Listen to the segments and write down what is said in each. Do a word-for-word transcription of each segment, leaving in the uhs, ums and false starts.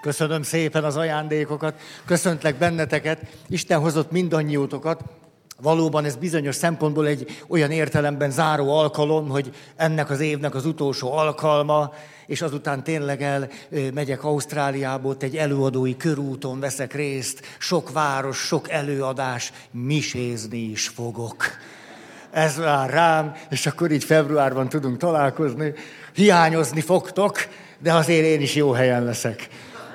Köszönöm szépen az ajándékokat, köszöntlek benneteket, Isten hozott mindannyiótokat. Valóban ez bizonyos szempontból egy olyan értelemben záró alkalom, hogy ennek az évnek az utolsó alkalma, és azután tényleg el megyek Ausztráliába, ott egy előadói körúton veszek részt, sok város, sok előadás, misézni is fogok. Ez vár rám, és akkor így februárban tudunk találkozni. Hiányozni fogtok, de azért én is jó helyen leszek.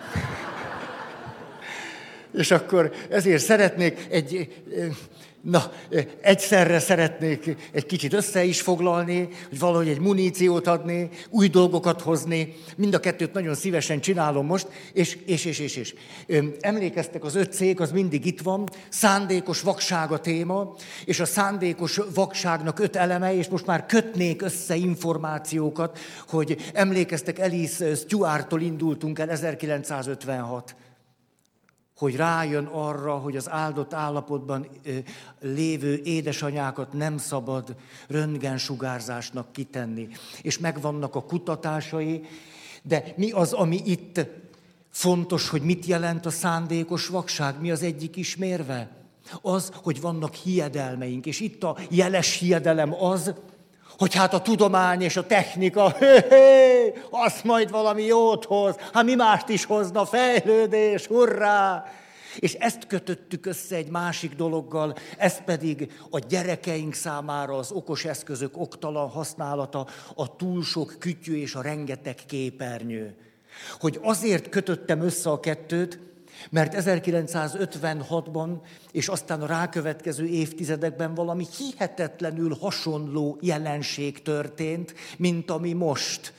És akkor ezért szeretnék egy... Na, egyszerre szeretnék egy kicsit össze is foglalni, hogy valahogy egy muníciót adni, új dolgokat hozni. Mind a kettőt nagyon szívesen csinálom most, és, és, és, és, és. Emlékeztek, az öt cég, az mindig itt van, szándékos vakság a téma, és a szándékos vakságnak öt eleme, és most már kötnék össze információkat, hogy emlékeztek, Alice Stewarttól indultunk el ezerkilencszázötvenhat. Hogy rájön arra, hogy az áldott állapotban lévő édesanyákat nem szabad röntgensugárzásnak kitenni. És megvannak a kutatásai, de mi az, ami itt fontos, hogy mit jelent a szándékos vakság? Mi az egyik ismérve? Az, hogy vannak hiedelmeink, és itt a jeles hiedelem az, hogy hát a tudomány és a technika, hé, hé, az majd valami jót hoz, hát mi mást is hozna, fejlődés, hurrá! És ezt kötöttük össze egy másik dologgal, ez pedig a gyerekeink számára az okos eszközök oktalan használata, a túl sok kütyű és a rengeteg képernyő. Hogy azért kötöttem össze a kettőt, mert ezerkilencszázötvenhatban és aztán a rákövetkező évtizedekben valami hihetetlenül hasonló jelenség történt, mint ami most.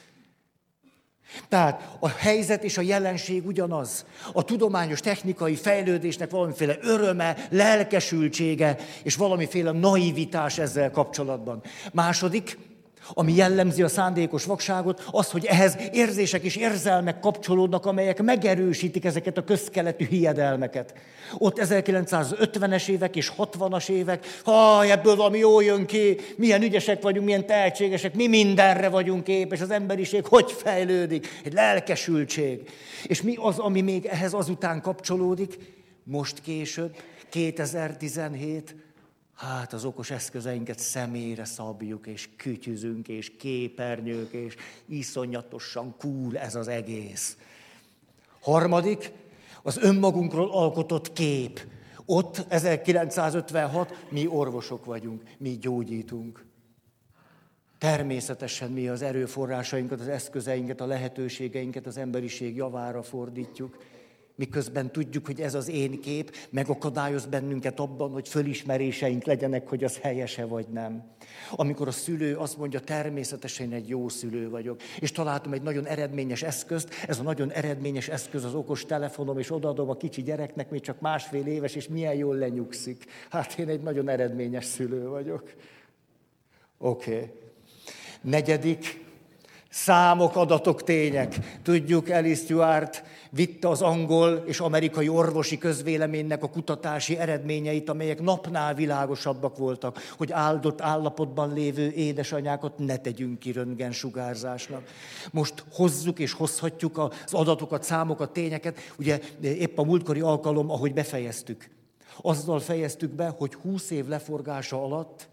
Tehát a helyzet és a jelenség ugyanaz. A tudományos technikai fejlődésnek valamiféle öröme, lelkesültsége és valamiféle naivitás ezzel kapcsolatban. Második, ami jellemzi a szándékos vakságot, az, hogy ehhez érzések és érzelmek kapcsolódnak, amelyek megerősítik ezeket a közkeletű hiedelmeket. Ott ezerkilencszázötvenes évek és hatvanas évek, ha ebből valami jó jön ki, milyen ügyesek vagyunk, milyen tehetségesek, mi mindenre vagyunk képes, az emberiség hogy fejlődik, egy lelkesültség. És mi az, ami még ehhez azután kapcsolódik? Most később, kétezer-tizenhét, hát az okos eszközeinket személyre szabjuk, és kütyüzünk, és képernyők, és iszonyatosan cool ez az egész. Harmadik, az önmagunkról alkotott kép. Ott ezerkilencszázötvenhat mi orvosok vagyunk, mi gyógyítunk. Természetesen mi az erőforrásainkat, az eszközeinket, a lehetőségeinket az emberiség javára fordítjuk. Miközben tudjuk, hogy ez az én kép megakadályoz bennünket abban, hogy fölismeréseink legyenek, hogy az helyese vagy nem. Amikor a szülő azt mondja, természetesen én egy jó szülő vagyok, és találtam egy nagyon eredményes eszközt, ez a nagyon eredményes eszköz az okos telefonom, és odaadom a kicsi gyereknek, még csak másfél éves, és milyen jól lenyugszik. Hát én egy nagyon eredményes szülő vagyok. Oké. Okay. Negyedik. Számok, adatok, tények. Tudjuk, Alice Stewart vitte az angol és amerikai orvosi közvéleménynek a kutatási eredményeit, amelyek napnál világosabbak voltak, hogy áldott állapotban lévő édesanyákat ne tegyünk ki röntgensugárzásnak. Most hozzuk és hozhatjuk az adatokat, számokat, tényeket. Ugye épp a múltkori alkalom, ahogy befejeztük. Azzal fejeztük be, hogy húsz év leforgása alatt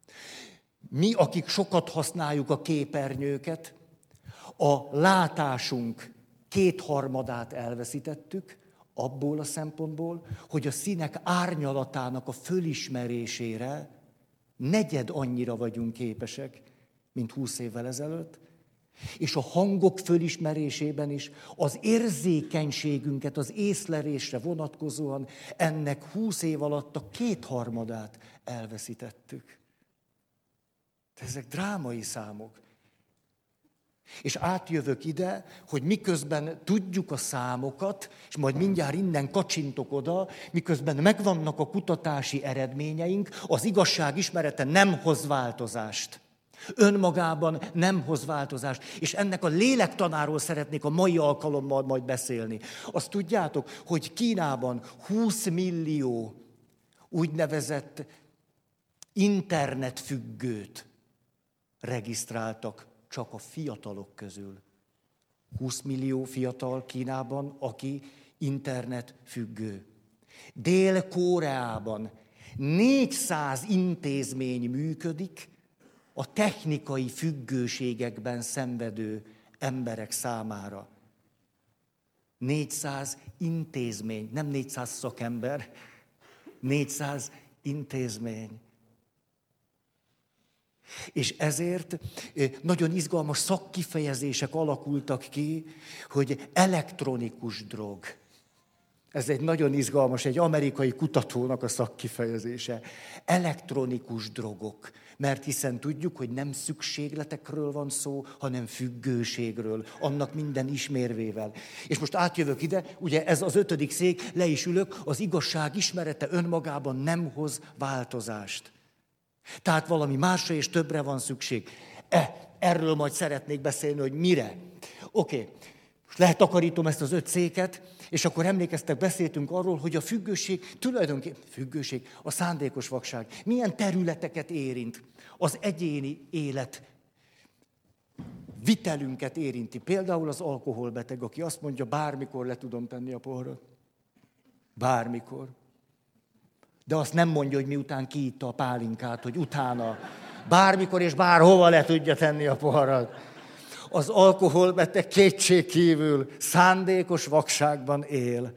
mi, akik sokat használjuk a képernyőket, a látásunk kétharmadát elveszítettük, abból a szempontból, hogy a színek árnyalatának a fölismerésére negyed annyira vagyunk képesek, mint húsz évvel ezelőtt, és a hangok fölismerésében is az érzékenységünket, az észlelésre vonatkozóan ennek húsz év alatt a kétharmadát elveszítettük. Ezek drámai számok. És átjövök ide, hogy miközben tudjuk a számokat, és majd mindjárt innen kacsintok oda, miközben megvannak a kutatási eredményeink, az igazság ismerete nem hoz változást. Önmagában nem hoz változást. És ennek a lélektanáról szeretnék a mai alkalommal majd beszélni. Azt tudjátok, hogy Kínában húsz millió úgynevezett internetfüggőt regisztráltak csak a fiatalok közül. húsz millió fiatal Kínában, aki internet függő. Dél-Koreában négyszáz intézmény működik a technikai függőségekben szenvedő emberek számára. négyszáz intézmény, nem négyszáz szakember, négyszáz intézmény. És ezért nagyon izgalmas szakkifejezések alakultak ki, hogy elektronikus drog. Ez egy nagyon izgalmas, egy amerikai kutatónak a szakkifejezése. Elektronikus drogok. Mert hiszen tudjuk, hogy nem szükségletekről van szó, hanem függőségről, annak minden ismérvével. És most átjövök ide, ugye ez az ötödik szék, le is ülök, az igazság ismerete önmagában nem hoz változást. Tehát valami másra és többre van szükség. E, erről majd szeretnék beszélni, hogy mire. Oké, okay. Most letakarítom ezt az öt széket, és akkor emlékeztek, beszéltünk arról, hogy a függőség, tulajdonképpen függőség, a szándékos vakság, milyen területeket érint. Az egyéni élet vitelünket érinti. Például az alkoholbeteg, aki azt mondja, bármikor le tudom tenni a poharat. Bármikor. De azt nem mondja, hogy miután kiitta a pálinkát, hogy utána bármikor és bárhova le tudja tenni a poharat. Az alkoholbeteg kétségkívül szándékos vakságban él.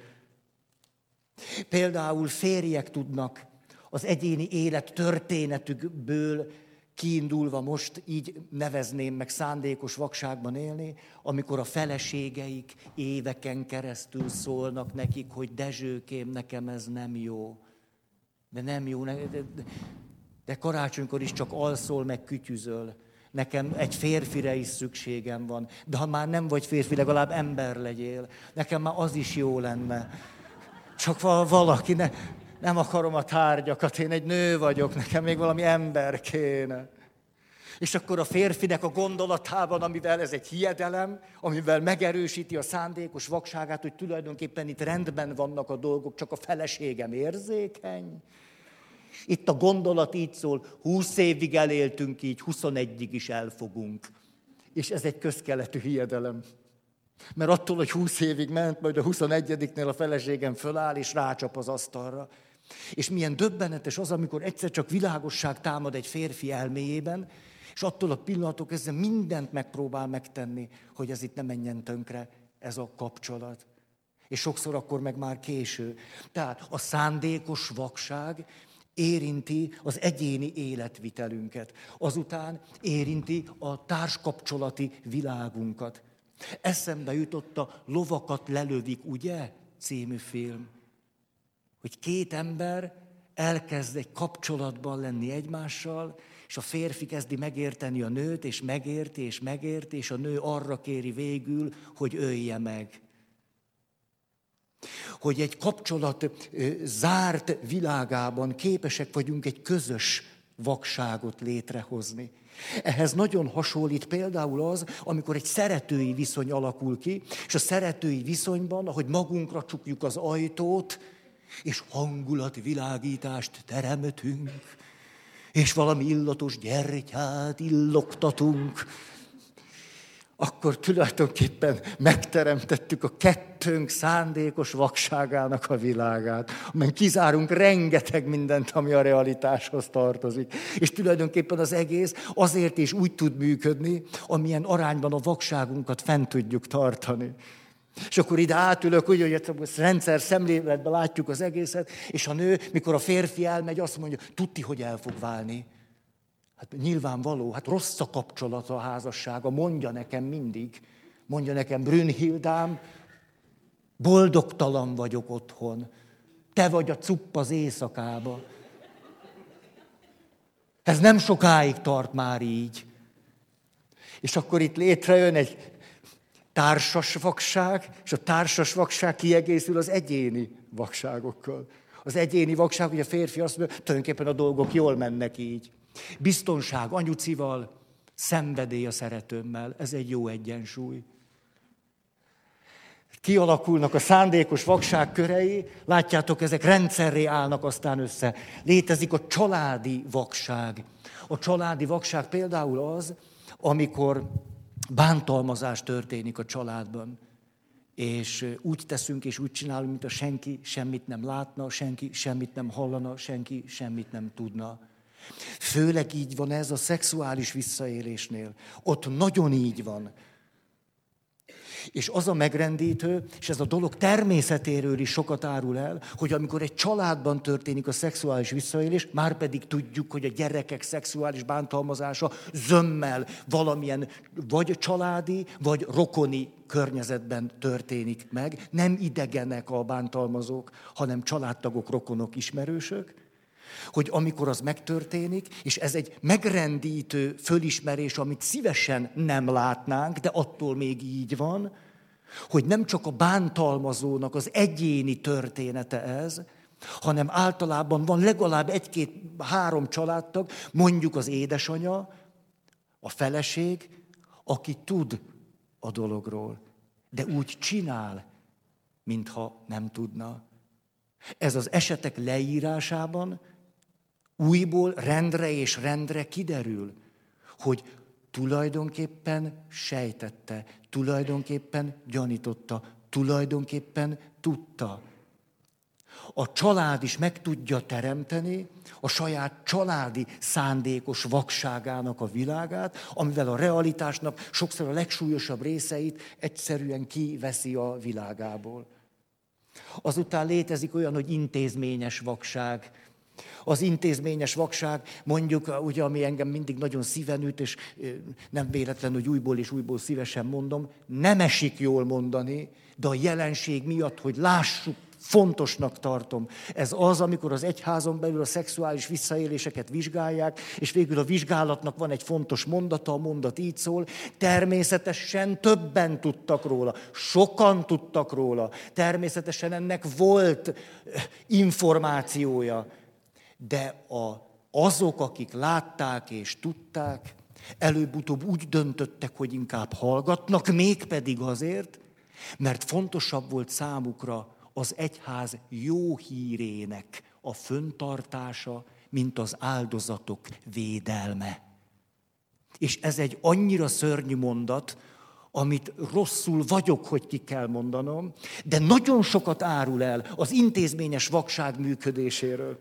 Például férjek tudnak az egyéni élet történetükből kiindulva most így nevezném meg szándékos vakságban élni, amikor a feleségeik éveken keresztül szólnak nekik, hogy Dezsőkém, nekem ez nem jó. De nem jó, de, de, de karácsonykor is csak alszol, meg kütyüzöl. Nekem egy férfire is szükségem van. De ha már nem vagy férfi, legalább ember legyél. Nekem már az is jó lenne. Csak valaki, ne, nem akarom a tárgyakat, én egy nő vagyok, nekem még valami ember kéne. És akkor a férfinek a gondolatában, amivel ez egy hiedelem, amivel megerősíti a szándékos vakságát, hogy tulajdonképpen itt rendben vannak a dolgok, csak a feleségem érzékeny. Itt a gondolat így szól, húsz évig eléltünk így, huszonegyig is elfogunk. És ez egy közkeletű hiedelem. Mert attól, hogy húsz évig ment, majd a huszonegyediknél a feleségem föláll, és rácsap az asztalra. És milyen döbbenetes az, amikor egyszer csak világosság támad egy férfi elméjében, és attól a pillanatok kezdve mindent megpróbál megtenni, hogy ez itt ne menjen tönkre, ez a kapcsolat. És sokszor akkor meg már késő. Tehát a szándékos vakság érinti az egyéni életvitelünket. Azután érinti a társkapcsolati világunkat. Eszembe jutott a Lovakat lelövik, ugye? Című film. Hogy két ember elkezd egy kapcsolatban lenni egymással, és a férfi kezdi megérteni a nőt, és megérti, és megérti, és a nő arra kéri végül, hogy ölje meg. Hogy egy kapcsolat zárt világában képesek vagyunk egy közös vakságot létrehozni. Ehhez nagyon hasonlít például az, amikor egy szeretői viszony alakul ki, és a szeretői viszonyban, ahogy magunkra csukjuk az ajtót, és hangulatvilágítást teremtünk, és valami illatos gyertyát illoktatunk, akkor tulajdonképpen megteremtettük a kettőnk szándékos vakságának a világát, amelyen kizárunk rengeteg mindent, ami a realitáshoz tartozik. És tulajdonképpen az egész azért is úgy tud működni, amilyen arányban a vakságunkat fent tudjuk tartani. És akkor ide átülök, úgy, hogy ezt rendszer szemléletben látjuk az egészet, és a nő, mikor a férfi elmegy, azt mondja, tudti, hogy el fog válni. Hát nyilvánvaló, hát rossz a kapcsolata a házassága, mondja nekem mindig, mondja nekem Brünnhildám, boldogtalan vagyok otthon, te vagy a cupp az éjszakába. Ez nem sokáig tart már így. És akkor itt létrejön egy társas vakság, és a társas vakság kiegészül az egyéni vakságokkal. Az egyéni vakság, hogy a férfi azt mondja, tulajdonképpen a dolgok jól mennek így. Biztonság anyucival, szenvedély a szeretőmmel. Ez egy jó egyensúly. Kialakulnak a szándékos vakság körei, látjátok, ezek rendszerré állnak aztán össze. Létezik a családi vakság. A családi vakság például az, amikor bántalmazás történik a családban. És úgy teszünk és úgy csinálunk, mint a senki semmit nem látna, senki semmit nem hallana, senki semmit nem tudna. Főleg így van ez a szexuális visszaélésnél. Ott nagyon így van. És az a megrendítő, és ez a dolog természetéről is sokat árul el, hogy amikor egy családban történik a szexuális visszaélés, már pedig tudjuk, hogy a gyerekek szexuális bántalmazása zömmel valamilyen vagy családi, vagy rokoni környezetben történik meg. Nem idegenek a bántalmazók, hanem családtagok, rokonok, ismerősök. Hogy amikor az megtörténik, és ez egy megrendítő fölismerés, amit szívesen nem látnánk, de attól még így van, hogy nem csak a bántalmazónak az egyéni története ez, hanem általában van legalább egy-két-három családtag, mondjuk az édesanya, a feleség, aki tud a dologról, de úgy csinál, mintha nem tudna. Ez az esetek leírásában újból rendre és rendre kiderül, hogy tulajdonképpen sejtette, tulajdonképpen gyanította, tulajdonképpen tudta. A család is meg tudja teremteni a saját családi szándékos vakságának a világát, amivel a realitásnak sokszor a legsúlyosabb részeit egyszerűen kiveszi a világából. Azután létezik olyan, hogy intézményes vakság. Az intézményes vakság, mondjuk, ugye, ami engem mindig nagyon szíven üt, és nem véletlen, hogy újból és újból szívesen mondom, nem esik jól mondani, de a jelenség miatt, hogy lássuk, fontosnak tartom. Ez az, amikor az egyházon belül a szexuális visszaéléseket vizsgálják, és végül a vizsgálatnak van egy fontos mondata, a mondat így szól, természetesen többen tudtak róla, sokan tudtak róla, természetesen ennek volt információja, de a, azok, akik látták és tudták, előbb-utóbb úgy döntöttek, hogy inkább hallgatnak, mégpedig azért, mert fontosabb volt számukra az egyház jó hírének a föntartása, mint az áldozatok védelme. És ez egy annyira szörnyű mondat, amit rosszul vagyok, hogy ki kell mondanom, de nagyon sokat árul el az intézményes vakság működéséről.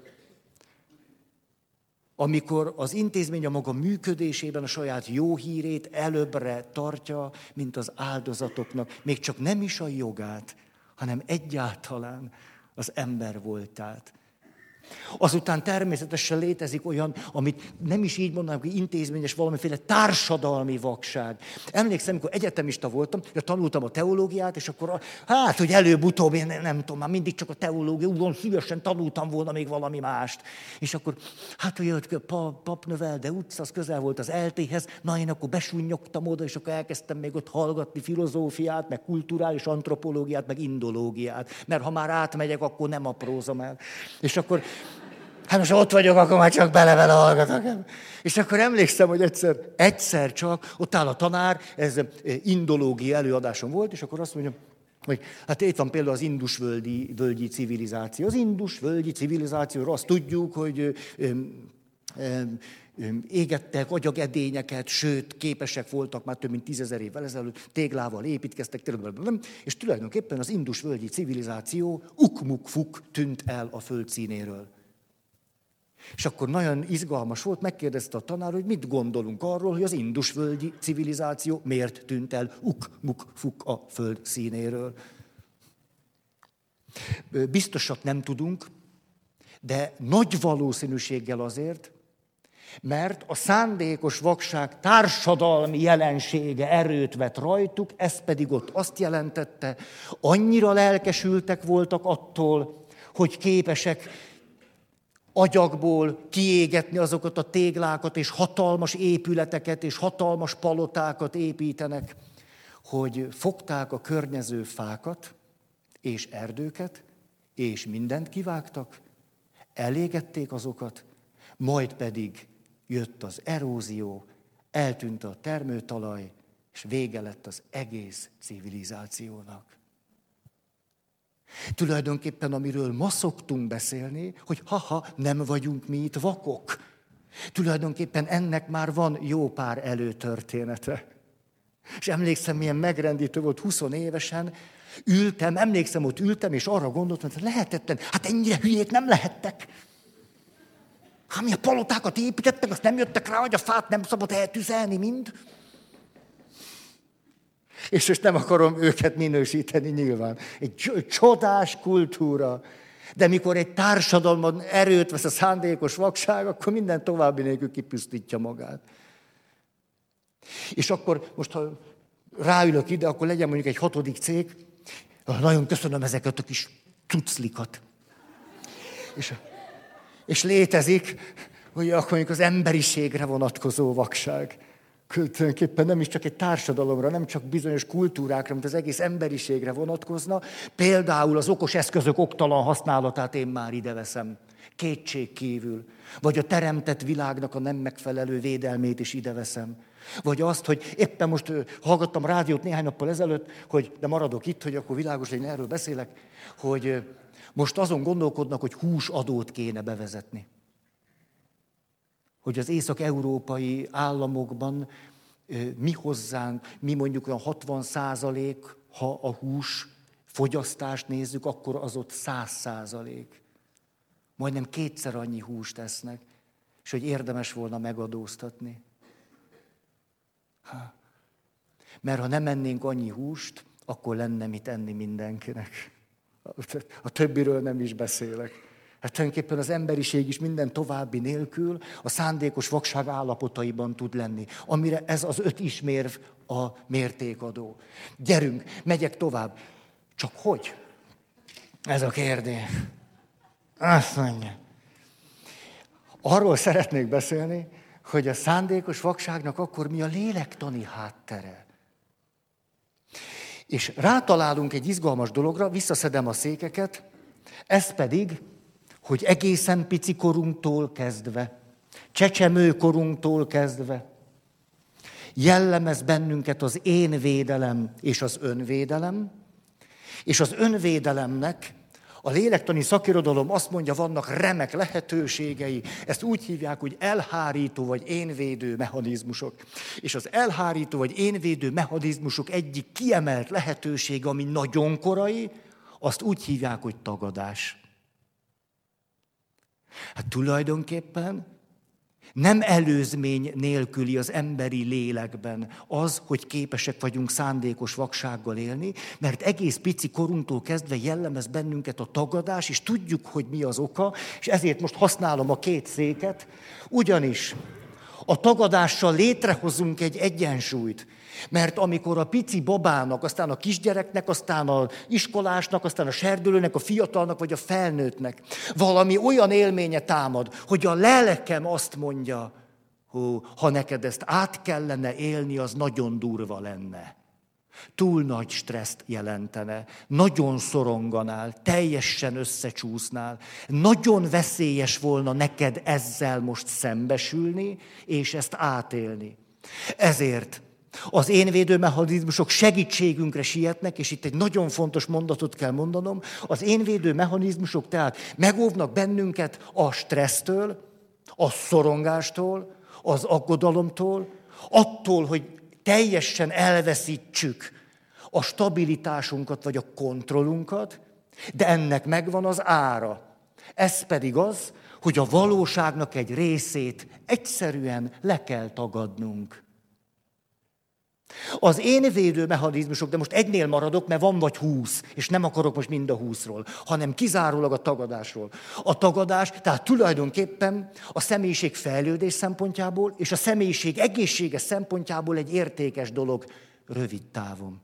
Amikor az intézmény a maga működésében a saját jó hírét előbbre tartja, mint az áldozatoknak, még csak nem is a jogát, hanem egyáltalán az ember voltát. Azután természetesen létezik olyan, amit nem is így mondanám, hogy intézményes, valamiféle társadalmi vakság. Emlékszem, amikor egyetemista voltam, tanultam a teológiát, és akkor, a, hát, hogy előbb-utóbb, én nem tudom, már mindig csak a teológia, úgy szívesen tanultam volna még valami mást. És akkor, hát, hogy jött Papnövelde utca, az közel volt az eltéhez, na én akkor besúnyogtam oda, és akkor elkezdtem még ott hallgatni filozófiát, meg kulturális antropológiát, meg indológiát. Mert ha már átmegyek, akkor nem aprózom el. És akkor hát most ott vagyok, akkor már csak bele-bele hallgatok. És akkor emlékszem, hogy egyszer, egyszer csak ott áll a tanár, ez indológia előadásom volt, és akkor azt mondja, hogy hát itt van például az indusvölgyi völgyi civilizáció. Az indusvölgyi civilizációról azt tudjuk, hogy ö, ö, ö, égettek agyagedényeket, sőt, képesek voltak már több mint tízezer évvel ezelőtt, téglával építkeztek, és tulajdonképpen az indusvölgyi civilizáció ukmukfuk tűnt el a föld színéről. És akkor nagyon izgalmas volt, megkérdezte a tanár, hogy mit gondolunk arról, hogy az indusvölgyi civilizáció miért tűnt el ukmukfuk a föld színéről. Biztosat nem tudunk, de nagy valószínűséggel azért, mert a szándékos vakság társadalmi jelensége erőt vett rajtuk, ez pedig ott azt jelentette, annyira lelkesültek voltak attól, hogy képesek agyagból kiégetni azokat a téglákat, és hatalmas épületeket, és hatalmas palotákat építenek, hogy fogták a környező fákat, és erdőket, és mindent kivágtak, elégették azokat, majd pedig jött az erózió, eltűnt a termőtalaj, és vége lett az egész civilizációnak. Tulajdonképpen, amiről ma szoktunk beszélni, hogy haha, nem vagyunk mi itt vakok. Tulajdonképpen ennek már van jó pár előtörténete. És emlékszem, milyen megrendítő volt, húsz évesen, ültem, emlékszem, ott ültem, és arra gondoltam, hogy lehetetlen, hát ennyire hülyék nem lehettek. Hát mi a palotákat építettek, azt nem jöttek rá, hogy a fát nem szabad eltüzelni mind. És most nem akarom őket minősíteni nyilván. Egy csodás kultúra. De mikor egy társadalomban erőt vesz a szándékos vakság, akkor minden további nélkül kipusztítja magát. És akkor most, ha ráülök ide, akkor legyen mondjuk egy hatodik cég. Nagyon köszönöm ezeket a kis cuclikat. És, és létezik, hogy akkor mondjuk az emberiségre vonatkozó vakság. Tulajdonképpen nem is csak egy társadalomra, nem csak bizonyos kultúrákra, mint az egész emberiségre vonatkozna. Például az okos eszközök oktalan használatát én már ide veszem. Kétség kívül. Vagy a teremtett világnak a nem megfelelő védelmét is ide veszem. Vagy azt, hogy éppen most hallgattam rádiót néhány nappal ezelőtt, hogy, de maradok itt, hogy akkor világos, hogy én erről beszélek, hogy most azon gondolkodnak, hogy húsadót kéne bevezetni. Hogy az észak-európai államokban mi hozzánk, mi mondjuk olyan hatvan százalék, ha a hús fogyasztást nézzük, akkor az ott száz százalék. Majdnem kétszer annyi húst esznek, és hogy érdemes volna megadóztatni. Ha. Mert ha nem ennénk annyi húst, akkor lenne mit enni mindenkinek. A többiről nem is beszélek. Hát tulajdonképpen az emberiség is minden további nélkül a szándékos vakság állapotaiban tud lenni, amire ez az öt ismérv a mértékadó. Gyerünk, megyek tovább. Csak hogy? Ez a kérdés. Azt mondja. Arról szeretnék beszélni, hogy a szándékos vakságnak akkor mi a lélektani háttere. És rátalálunk egy izgalmas dologra, visszaszedem a székeket, ez pedig, hogy egészen pici korunktól kezdve, csecsemőkorunktól kezdve jellemez bennünket az én védelem és az önvédelem, és az önvédelemnek a lélektani szakirodalom azt mondja, vannak remek lehetőségei, ezt úgy hívják, hogy elhárító vagy énvédő mechanizmusok. És az elhárító vagy énvédő mechanizmusok egyik kiemelt lehetősége, ami nagyon korai, azt úgy hívják, hogy tagadás. Hát tulajdonképpen nem előzmény nélküli az emberi lélekben az, hogy képesek vagyunk szándékos vaksággal élni, mert egész pici korunktól kezdve jellemez bennünket a tagadás, és tudjuk, hogy mi az oka, és ezért most használom a két széket, ugyanis a tagadással létrehozunk egy egyensúlyt. Mert amikor a pici babának, aztán a kisgyereknek, aztán az iskolásnak, aztán a serdülőnek, a fiatalnak vagy a felnőttnek valami olyan élménye támad, hogy a lelkem azt mondja, hogy ha neked ezt át kellene élni, az nagyon durva lenne. Túl nagy stresszt jelentene, nagyon szoronganál, teljesen összecsúsznál, nagyon veszélyes volna neked ezzel most szembesülni, és ezt átélni. Ezért az énvédő mechanizmusok segítségünkre sietnek, és itt egy nagyon fontos mondatot kell mondanom, az énvédő mechanizmusok tehát megóvnak bennünket a stressztől, a szorongástól, az aggodalomtól, attól, hogy teljesen elveszítsük a stabilitásunkat vagy a kontrollunkat, de ennek megvan az ára. Ez pedig az, hogy a valóságnak egy részét egyszerűen le kell tagadnunk. Az énvédő mechanizmusok, de most egynél maradok, mert van vagy húsz, és nem akarok most mind a húszról, hanem kizárólag a tagadásról. A tagadás, tehát tulajdonképpen a személyiség fejlődés szempontjából, és a személyiség egészsége szempontjából egy értékes dolog rövid távon.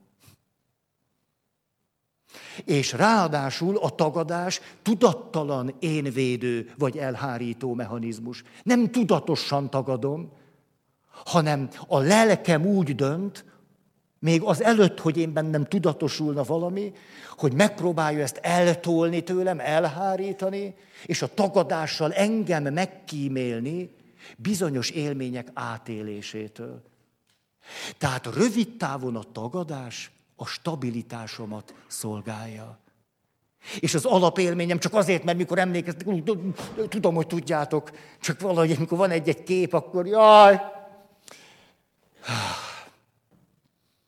És ráadásul a tagadás tudattalan énvédő vagy elhárító mechanizmus. Nem tudatosan tagadom, hanem a lelkem úgy dönt, még az előtt, hogy én bennem tudatosulna valami, hogy megpróbálja ezt eltolni tőlem, elhárítani, és a tagadással engem megkímélni bizonyos élmények átélésétől. Tehát rövid távon a tagadás a stabilitásomat szolgálja. És az alapélményem csak azért, mert mikor emlékeztek, tudom, hogy tudjátok, csak valahogy, amikor van egy-egy kép, akkor jaj!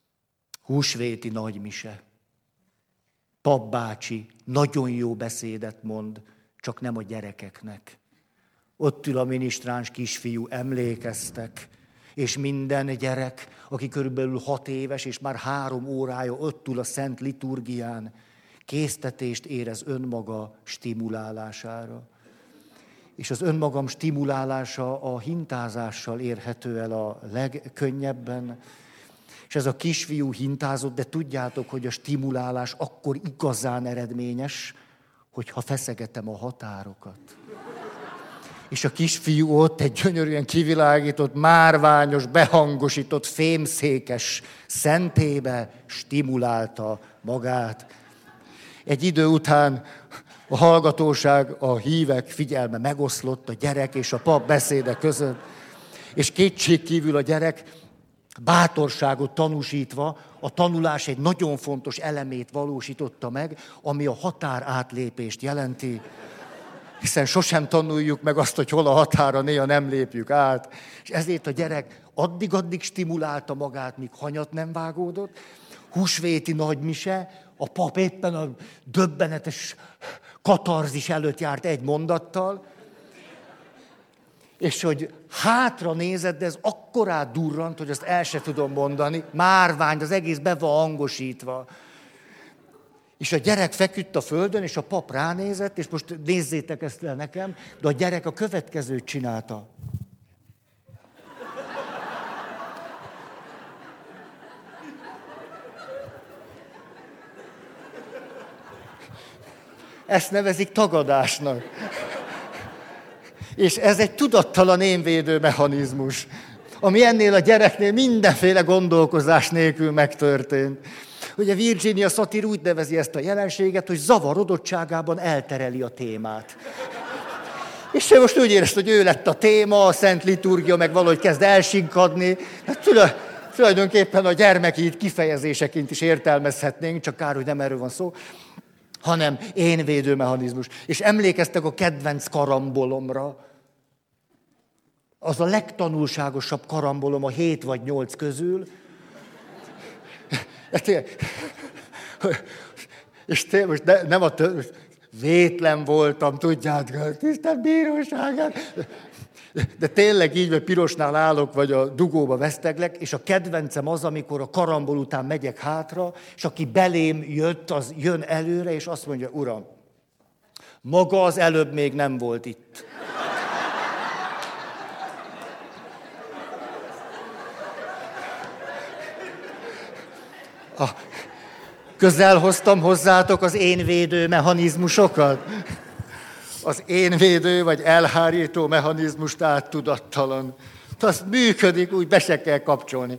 Húsvéti nagymise. Pap bácsi nagyon jó beszédet mond, csak nem a gyerekeknek. Ott ül a minisztráns kisfiú, emlékeztek, és minden gyerek, aki körülbelül hat éves, és már három órája ott ül a szent liturgián, késztetést érez önmaga stimulálására. És az önmagam stimulálása a hintázással érhető el a legkönnyebben. És ez a kisfiú hintázott, de tudjátok, hogy a stimulálás akkor igazán eredményes, hogyha feszegetem a határokat. És a kisfiú ott egy gyönyörűen kivilágított, márványos, behangosított, fémszékes szentébe stimulálta magát. Egy idő után a hallgatóság, a hívek figyelme megoszlott a gyerek és a pap beszéde között, és kétségkívül a gyerek bátorságot tanúsítva a tanulás egy nagyon fontos elemét valósította meg, ami a határátlépést jelenti, hiszen sosem tanuljuk meg azt, hogy hol a határa, néha nem lépjük át, és ezért a gyerek addig-addig stimulálta magát, míg hanyat nem vágódott. Húsvéti nagymise, a pap éppen a döbbenetes katarzis előtt járt egy mondattal, és hogy hátra nézett, de ez akkorát durrant, hogy azt el se tudom mondani, márvány, az egész be van hangosítva. És a gyerek feküdt a földön, és a pap ránézett, és most nézzétek ezt le nekem, de a gyerek a következőt csinálta. Ezt nevezik tagadásnak. És ez egy tudattalan énvédő mechanizmus, ami ennél a gyereknél mindenféle gondolkozás nélkül megtörtént. Ugye Virginia Satir úgy nevezi ezt a jelenséget, hogy zavarodottságában eltereli a témát. És ő most úgy érezte, hogy ő lett a téma, a szent liturgia meg valahogy kezd elsinkadni. Hát tulajdonképpen a gyermeki kifejezéseként is értelmezhetnénk, csak kár, hogy nem erről van szó, hanem énvédő mechanizmus. És emlékeztek a kedvenc karambolomra. Az a legtanulságosabb karambolom a hét vagy nyolc közül. És tényleg most ne, nem a tő, vétlen voltam, tudjátok, tisztelt bíróságát. De tényleg így, hogy pirosnál állok, vagy a dugóba veszteglek, és a kedvencem az, amikor a karambol után megyek hátra, és aki belém jött, az jön előre, és azt mondja, uram, maga az előbb még nem volt itt. A, közel hoztam hozzátok az énvédő mechanizmusokat. Az énvédő vagy elhárító mechanizmust át tudattalan. Az működik, úgy be se kell kapcsolni.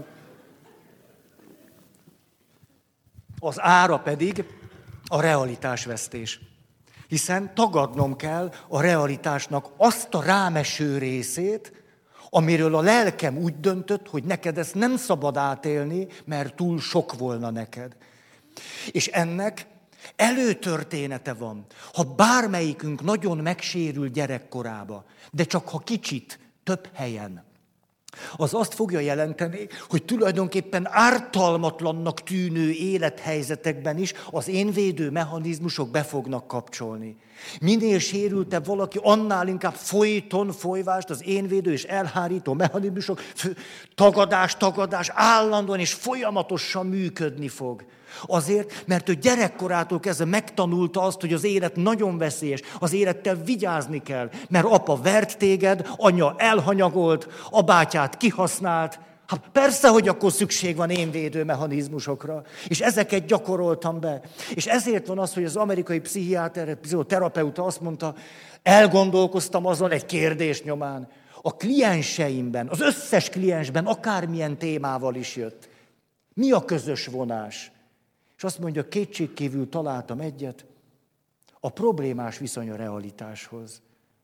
Az ára pedig a realitásvesztés. Hiszen tagadnom kell a realitásnak azt a rámeső részét, amiről a lelkem úgy döntött, hogy neked ezt nem szabad átélni, mert túl sok volna neked. És ennek előtörténete van. Ha bármelyikünk nagyon megsérül gyerekkorába, de csak ha kicsit, több helyen, az azt fogja jelenteni, hogy tulajdonképpen ártalmatlannak tűnő élethelyzetekben is az énvédő mechanizmusok be fognak kapcsolni. Minél sérültebb valaki, annál inkább folyton folyvást az énvédő és elhárító mechanizmusok, tagadás, tagadás állandóan és folyamatosan működni fog. Azért, mert ő gyerekkorától kezdve megtanulta azt, hogy az élet nagyon veszélyes, az élettel vigyázni kell, mert apa vert téged, anya elhanyagolt, a bátyát kihasznált. Hát persze, hogy akkor szükség van énvédő mechanizmusokra, és ezeket gyakoroltam be. És ezért van az, hogy az amerikai pszichiáter, pszichoterapeuta azt mondta, elgondolkoztam azon egy kérdés nyomán. A klienseimben, az összes kliensben, akármilyen témával is jött. Mi a közös vonás? És azt mondja, kétségkívül találtam egyet, a problémás viszony a realitáshoz.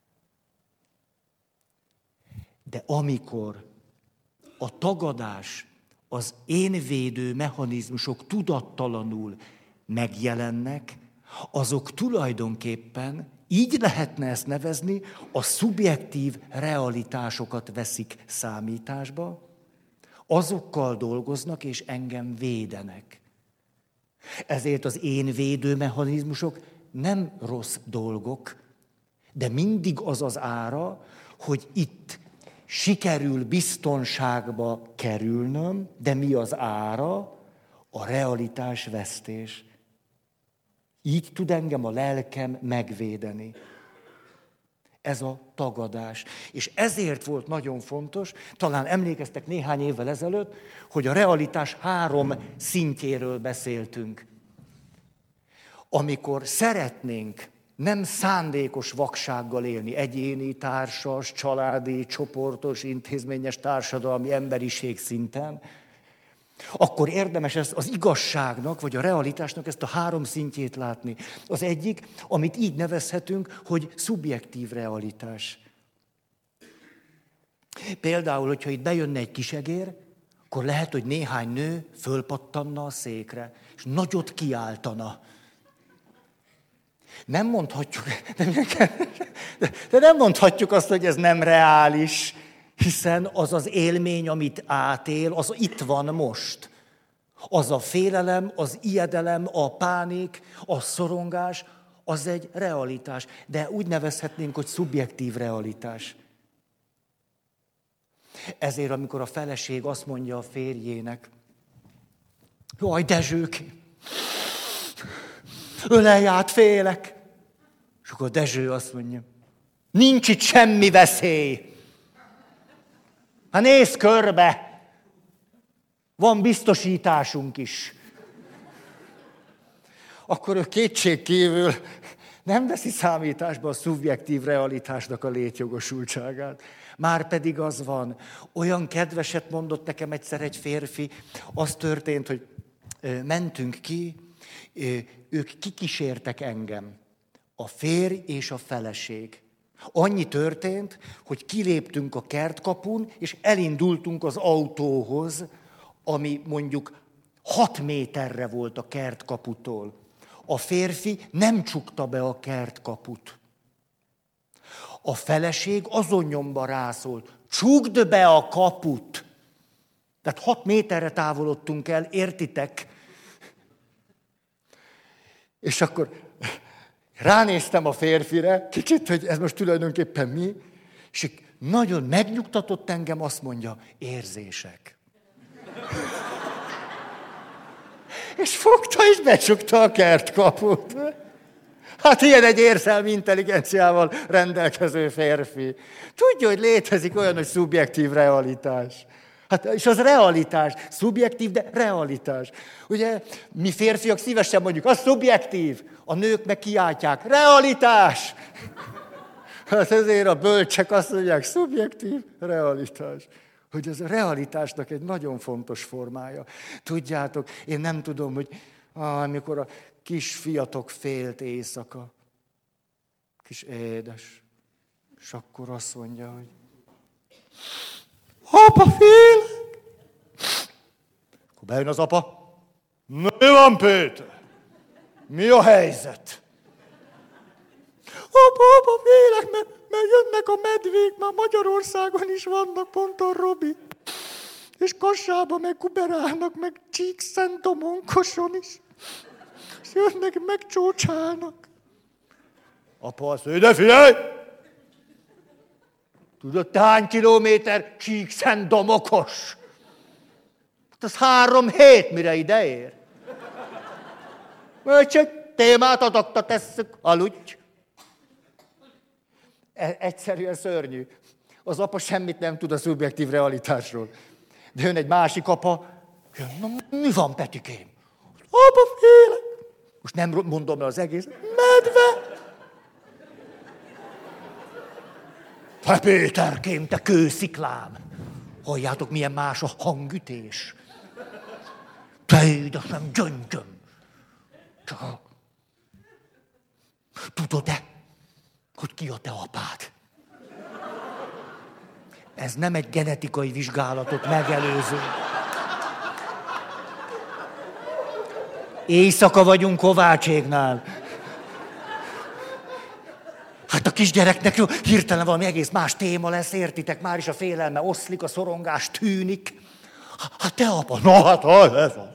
De amikor a tagadás, az énvédő mechanizmusok tudattalanul megjelennek, azok tulajdonképpen, így lehetne ezt nevezni, a szubjektív realitásokat veszik számításba, azokkal dolgoznak, és engem védenek. Ezért az én védőmechanizmusok nem rossz dolgok, de mindig az az ára, hogy itt sikerül biztonságba kerülnöm, de mi az ára? A realitás vesztés. Így tud engem a lelkem megvédeni. Ez a tagadás. És ezért volt nagyon fontos, talán emlékeztek néhány évvel ezelőtt, hogy a realitás három szintjéről beszéltünk. Amikor szeretnénk nem szándékos vaksággal élni, egyéni, társas, családi, csoportos, intézményes, társadalmi, emberiség szinten, akkor érdemes ezt az igazságnak, vagy a realitásnak ezt a három szintjét látni. Az egyik, amit így nevezhetünk, hogy szubjektív realitás. Például, hogyha itt bejönne egy kisegér, akkor lehet, hogy néhány nő fölpattanna a székre, és nagyot kiáltana. Nem mondhatjuk, de nem mondhatjuk azt, hogy ez nem reális, hiszen az az élmény, amit átél, az itt van most. Az a félelem, az ijedelem, a pánik, a szorongás, az egy realitás. De úgy nevezhetnénk, hogy szubjektív realitás. Ezért, amikor a feleség azt mondja a férjének, jaj, Dezsők, ölelj át, félek. És akkor Dezső azt mondja, nincs itt semmi veszély. Hát nézz körbe, van biztosításunk is. Akkor ő kétségkívül nem veszi számításba a szubjektív realitásnak a létjogosultságát. Márpedig az van. Olyan kedveset mondott nekem egyszer egy férfi, az történt, hogy mentünk ki, ők kikísértek engem. A férj és a feleség. Annyi történt, hogy kiléptünk a kertkapun, és elindultunk az autóhoz, ami mondjuk hat méterre volt a kertkaputól. A férfi nem csukta be a kertkaput. A feleség azon nyomba rászólt, csukd be a kaput. Tehát hat méterre távolodtunk el, értitek? És akkor ránéztem a férfire, kicsit, hogy ez most tulajdonképpen mi, és nagyon megnyugtatott engem, azt mondja, érzések. És fogta és becsukta a kertkaput. Hát ilyen egy érzelmi intelligenciával rendelkező férfi. Tudja, hogy létezik olyan, hogy szubjektív realitás. Hát, és az realitás. Szubjektív, de realitás. Ugye mi férfiak szívesen mondjuk, az szubjektív. A nők meg kiáltják, realitás! Hát ezért a bölcsek azt mondják, szubjektív realitás. Hogy ez a realitásnak egy nagyon fontos formája. Tudjátok, én nem tudom, hogy ah, amikor a kisfiatok félt éjszaka, kis édes, és akkor azt mondja, hogy apa, félek! Akkor bejön az apa, mi van, Péter? Mi a helyzet? Apa, apa, félek, mert, mert jönnek a medvék, már Magyarországon is vannak, pont a Robi. És Kassában meg kuberálnak, meg Csíkszentdomonkoson is. És jönnek, megcsócsálnak. Apa azt mondja, de figyelj! Tudod, te hány kilométer Csíkszentdomokos? Az három hét, mire ide ér. Majd csak témát adakta tesszük, aludj. Egyszerűen szörnyű. Az apa semmit nem tud a szubjektív realitásról. De jön egy másik apa, na, mi van, Petikém? Apa, félek. Most nem mondom el az egész. Medve. Te Péterkém, te kősziklám. Halljátok, milyen más a hangütés. Te édesem, gyöngyöm. Csak tudod-e, hogy ki a te apád? Ez nem egy genetikai vizsgálatot megelőző. Éjszaka vagyunk Kovácséknál. Hát a kisgyereknek jó, hirtelen valami egész más téma lesz, értitek? Már is a félelme oszlik, a szorongás tűnik. Hát te apa, na hát, ha, ez az.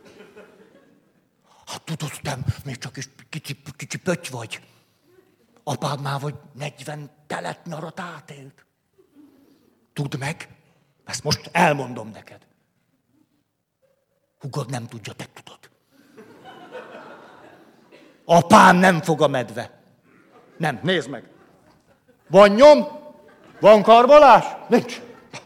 Hát tudod, te még csak is kicsi, kicsi pötty vagy. Apád már vagy negyven telet nyarat átélt. Tudd meg, ezt most elmondom neked. Hugod nem tudja, te tudod. Apám nem fog a medve. Nem, nézd meg. Van nyom? Van karbolás? Nincs.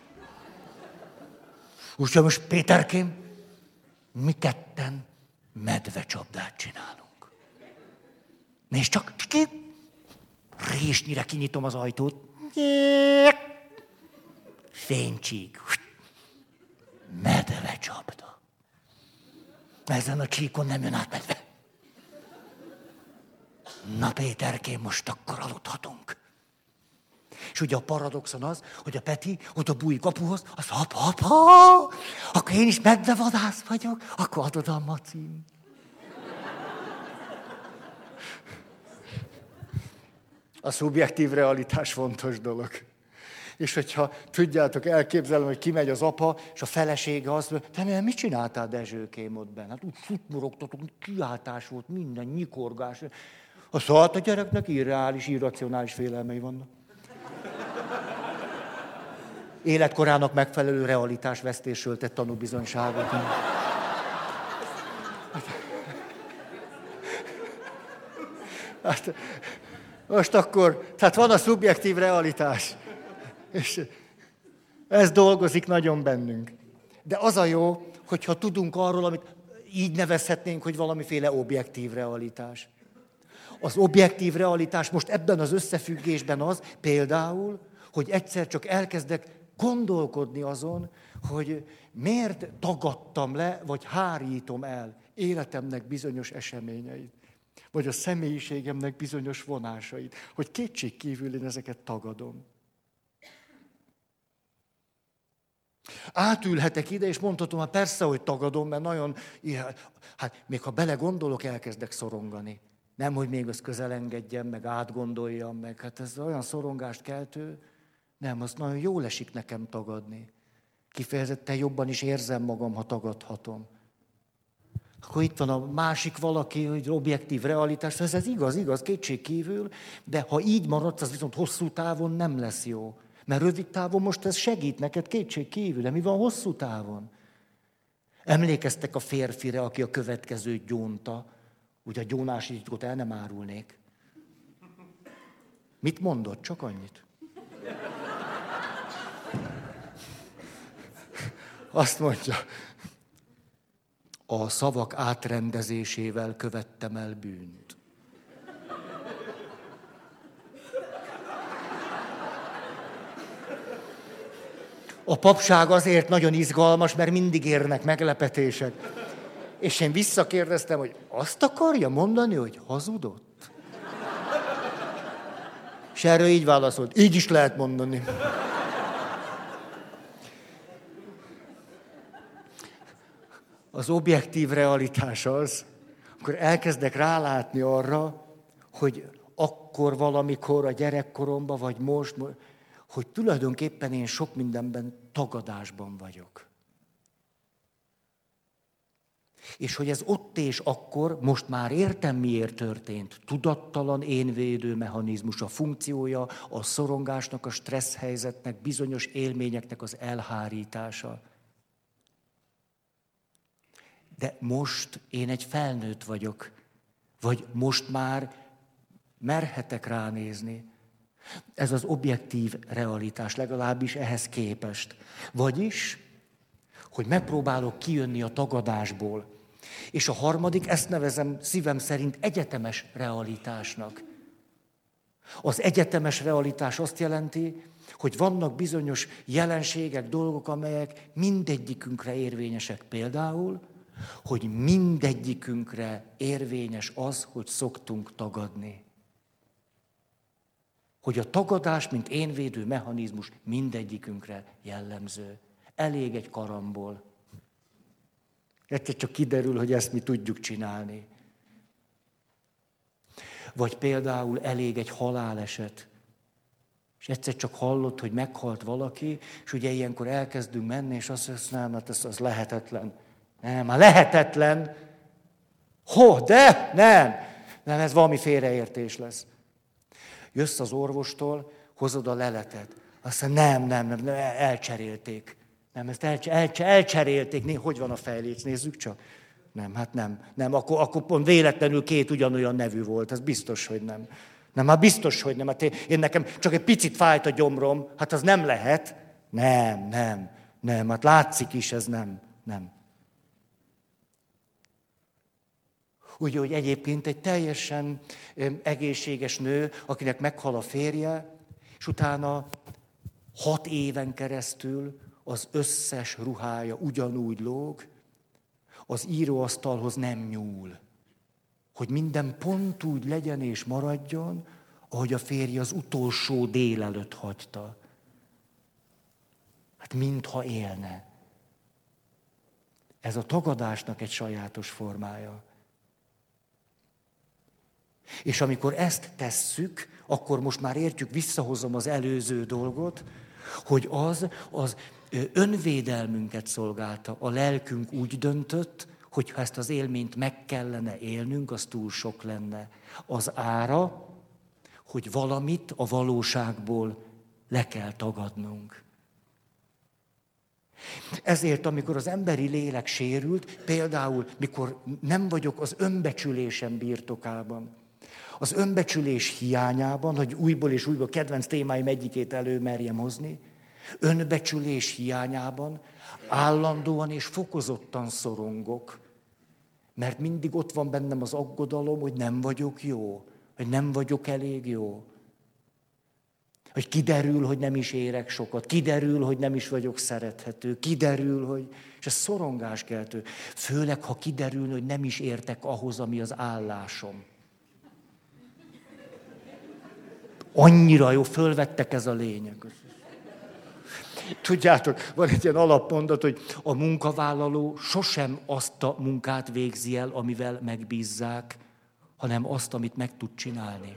Úgyhogy most Péterkém, mi ketten medvecsapdát csinálunk. Nézd csak, ki? Résnyire kinyitom az ajtót. Fénycsík. Medvecsapda. Ezen a csíkon nem jön át medve. Na Péterkém, most akkor aludhatunk. És ugye a paradoxon az, hogy a Peti oda bújik apuhoz, az apa, apa, akkor én is medvevadász vagyok, akkor adod a macim. A szubjektív realitás fontos dolog. És hogyha tudjátok, elképzelem, hogy kimegy az apa, és a felesége azt mondja, te milyen, mit csináltál Dezsőkém ott benne? Hát úgy futmorogtatok, kiáltás volt, minden nyikorgás. A szólt a gyereknek irreális, irracionális félelmei vannak. Életkorának megfelelő realitásvesztésről tett tanúbizonyságot. Hát, most akkor, tehát van a szubjektív realitás. És ez dolgozik nagyon bennünk. De az a jó, hogyha tudunk arról, amit így nevezhetnénk, hogy valamiféle objektív realitás. Az objektív realitás most ebben az összefüggésben az, például, hogy egyszer csak elkezdek gondolkodni azon, hogy miért tagadtam le, vagy hárítom el életemnek bizonyos eseményeit, vagy a személyiségemnek bizonyos vonásait, hogy kétségkívül én ezeket tagadom. Átülhetek ide, és mondhatom, hát persze, hogy tagadom, mert nagyon, hát még ha belegondolok, elkezdek szorongani. Nem, hogy még azt közel engedjem, meg átgondoljam, meg hát ez olyan szorongást keltő. Nem, az nagyon jól esik nekem tagadni. Kifejezetten jobban is érzem magam, ha tagadhatom. Akkor itt van a másik valaki, hogy objektív realitás, ez, ez igaz, igaz, kétségkívül, de ha így maradsz, az viszont hosszú távon nem lesz jó. Mert rövid távon most ez segít neked kétségkívül, de mi van hosszú távon? Emlékeztek a férfire, aki a következőt gyónta, ugye a gyónási titkot el nem árulnék. Mit mondott? Csak annyit. Azt mondja, a szavak átrendezésével követtem el bűnt. A papság azért nagyon izgalmas, mert mindig érnek meglepetések. És én visszakérdeztem, hogy azt akarja mondani, hogy hazudott? És erről így válaszolt, így is lehet mondani. Az objektív realitás az, akkor elkezdek rálátni arra, hogy akkor valamikor a gyerekkoromban, vagy most, hogy tulajdonképpen én sok mindenben tagadásban vagyok. És hogy ez ott és akkor, most már értem, miért történt. Tudattalan énvédő mechanizmus, a funkciója, a szorongásnak, a stressz helyzetnek, bizonyos élményeknek az elhárítása. De most én egy felnőtt vagyok, vagy most már merhetek ránézni. Ez az objektív realitás, legalábbis ehhez képest. Vagyis, hogy megpróbálok kijönni a tagadásból. És a harmadik, ezt nevezem szívem szerint egyetemes realitásnak. Az egyetemes realitás azt jelenti, hogy vannak bizonyos jelenségek, dolgok, amelyek mindegyikünkre érvényesek. Például, hogy mindegyikünkre érvényes az, hogy szoktunk tagadni. Hogy a tagadás, mint énvédő mechanizmus mindegyikünkre jellemző. Elég egy karambol. Egyszer csak kiderül, hogy ezt mi tudjuk csinálni. Vagy például elég egy haláleset, és És egyszer csak hallott, hogy meghalt valaki, és ugye ilyenkor elkezdünk menni, és azt mondja, nem, hát ez az lehetetlen. Nem, már lehetetlen. Ho, de nem. Nem, ez valami félreértés lesz. Jössz az orvostól, hozod a leletet. Azt mondja, nem, nem, nem, nem, elcserélték. Nem, ezt elcs- elcs- elcserélték. Né, hogy van a fejléc? Nézzük csak. Nem, hát nem. Nem, akkor, akkor pont véletlenül két ugyanolyan nevű volt. Ez biztos, hogy nem. Nem, hát biztos, hogy nem. Hát én, én nekem csak egy picit fájt a gyomrom. Hát az nem lehet. Nem, nem, nem. Hát látszik is, ez nem, nem. Úgy, hogy egyébként egy teljesen egészséges nő, akinek meghal a férje, és utána hat éven keresztül az összes ruhája ugyanúgy lóg, az íróasztalhoz nem nyúl. Hogy minden pont úgy legyen és maradjon, ahogy a férje az utolsó délelőtt hagyta. Hát mintha élne. Ez a tagadásnak egy sajátos formája. És amikor ezt tesszük, akkor most már értjük, visszahozom az előző dolgot, hogy az az önvédelmünket szolgálta. A lelkünk úgy döntött, hogy ha ezt az élményt meg kellene élnünk, az túl sok lenne. Az ára, hogy valamit a valóságból le kell tagadnunk. Ezért, amikor az emberi lélek sérült, például, mikor nem vagyok az önbecsülésem birtokában, az önbecsülés hiányában, hogy újból és újból kedvenc témáim egyikét előmerjem hozni, önbecsülés hiányában állandóan és fokozottan szorongok, mert mindig ott van bennem az aggodalom, hogy nem vagyok jó, hogy nem vagyok elég jó. Hogy kiderül, hogy nem is érek sokat, kiderül, hogy nem is vagyok szerethető, kiderül, hogy... És ez szorongáskeltő. Főleg, ha kiderül, hogy nem is értek ahhoz, ami az állásom. Annyira jó, fölvettek ez a lényeg. Tudjátok, van egy ilyen alapmondat, hogy a munkavállaló sosem azt a munkát végzi el, amivel megbízzák, hanem azt, amit meg tud csinálni.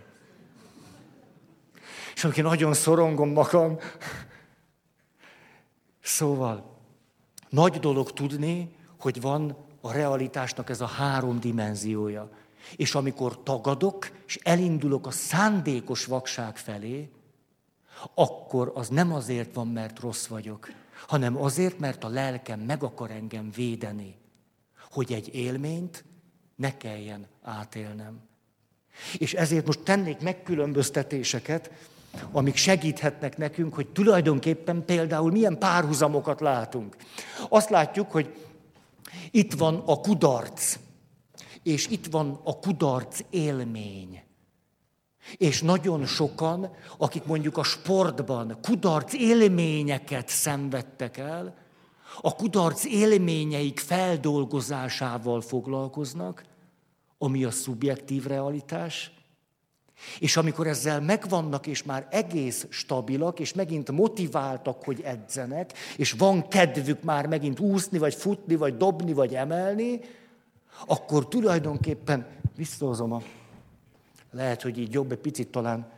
És amikor nagyon szorongom magam, szóval nagy dolog tudni, hogy van a realitásnak ez a három dimenziója. És amikor tagadok, és elindulok a szándékos vakság felé, akkor az nem azért van, mert rossz vagyok, hanem azért, mert a lelkem meg akar engem védeni, hogy egy élményt ne kelljen átélnem. És ezért most tennék megkülönböztetéseket, amik segíthetnek nekünk, hogy tulajdonképpen például milyen párhuzamokat látunk. Azt látjuk, hogy itt van a kudarc, és itt van a kudarc élmény. És nagyon sokan, akik mondjuk a sportban kudarc élményeket szenvedtek el, a kudarc élményeik feldolgozásával foglalkoznak, ami a szubjektív realitás, és amikor ezzel megvannak, és már egész stabilak, és megint motiváltak, hogy edzenek, és van kedvük már megint úszni, vagy futni, vagy dobni, vagy emelni, akkor tulajdonképpen visszahozom a... Lehet, hogy így jobb egy picit talán.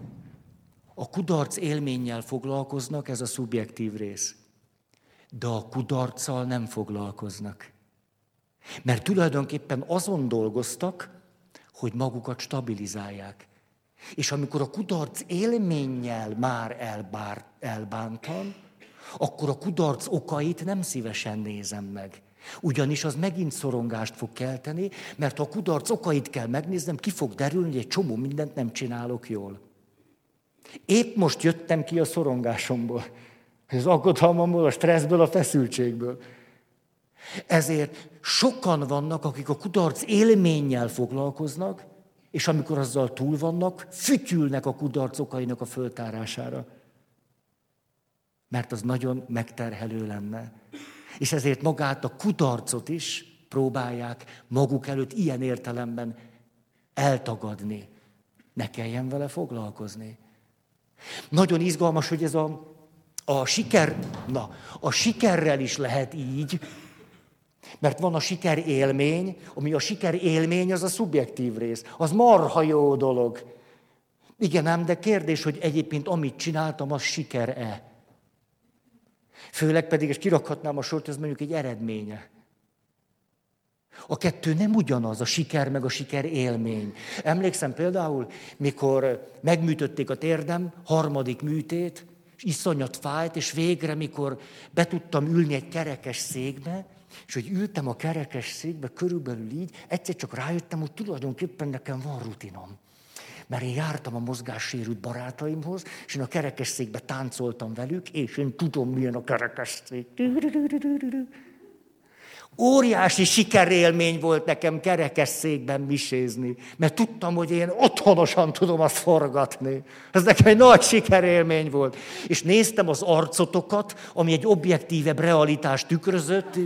A kudarc élménnyel foglalkoznak, ez a szubjektív rész. De a kudarccal nem foglalkoznak. Mert tulajdonképpen azon dolgoztak, hogy magukat stabilizálják. És amikor a kudarc élménnyel már elbár, elbántam, akkor a kudarc okait nem szívesen nézem meg. Ugyanis az megint szorongást fog kelteni, mert ha a kudarc okait kell megnéznem, ki fog derülni, hogy egy csomó mindent nem csinálok jól. Épp most jöttem ki a szorongásomból, az aggodalmamból, a stresszből, a feszültségből. Ezért sokan vannak, akik a kudarc élménnyel foglalkoznak, és amikor azzal túl vannak, fütyülnek a kudarc okainak a föltárására. Mert az nagyon megterhelő lenne. És ezért magát a kudarcot is próbálják maguk előtt ilyen értelemben eltagadni. Ne kelljen vele foglalkozni. Nagyon izgalmas, hogy ez a, a siker, na, a sikerrel is lehet így, mert van a siker élmény, ami a siker élmény, az a szubjektív rész. Az marha jó dolog. Igen ám, de kérdés, hogy egyébként amit csináltam, az siker-e? Főleg pedig, és kirakhatnám a sort, ez mondjuk egy eredménye. A kettő nem ugyanaz, a siker meg a siker élmény. Emlékszem például, mikor megműtötték a térdem, harmadik műtét, és iszonyat fájt, és végre, mikor be tudtam ülni egy kerekes székbe, és hogy ültem a kerekes székbe, körülbelül így, egyszer csak rájöttem, hogy tulajdonképpen nekem van rutinom. Mert én jártam a mozgássérült barátaimhoz, és én a kerekesszékbe táncoltam velük, és én tudom, milyen a kerekesszék. Óriási sikerélmény volt nekem kerekesszékben misézni, mert tudtam, hogy én otthonosan tudom azt forgatni. Ez nekem egy nagy sikerélmény volt. És néztem az arcotokat, ami egy objektívebb realitást tükrözött.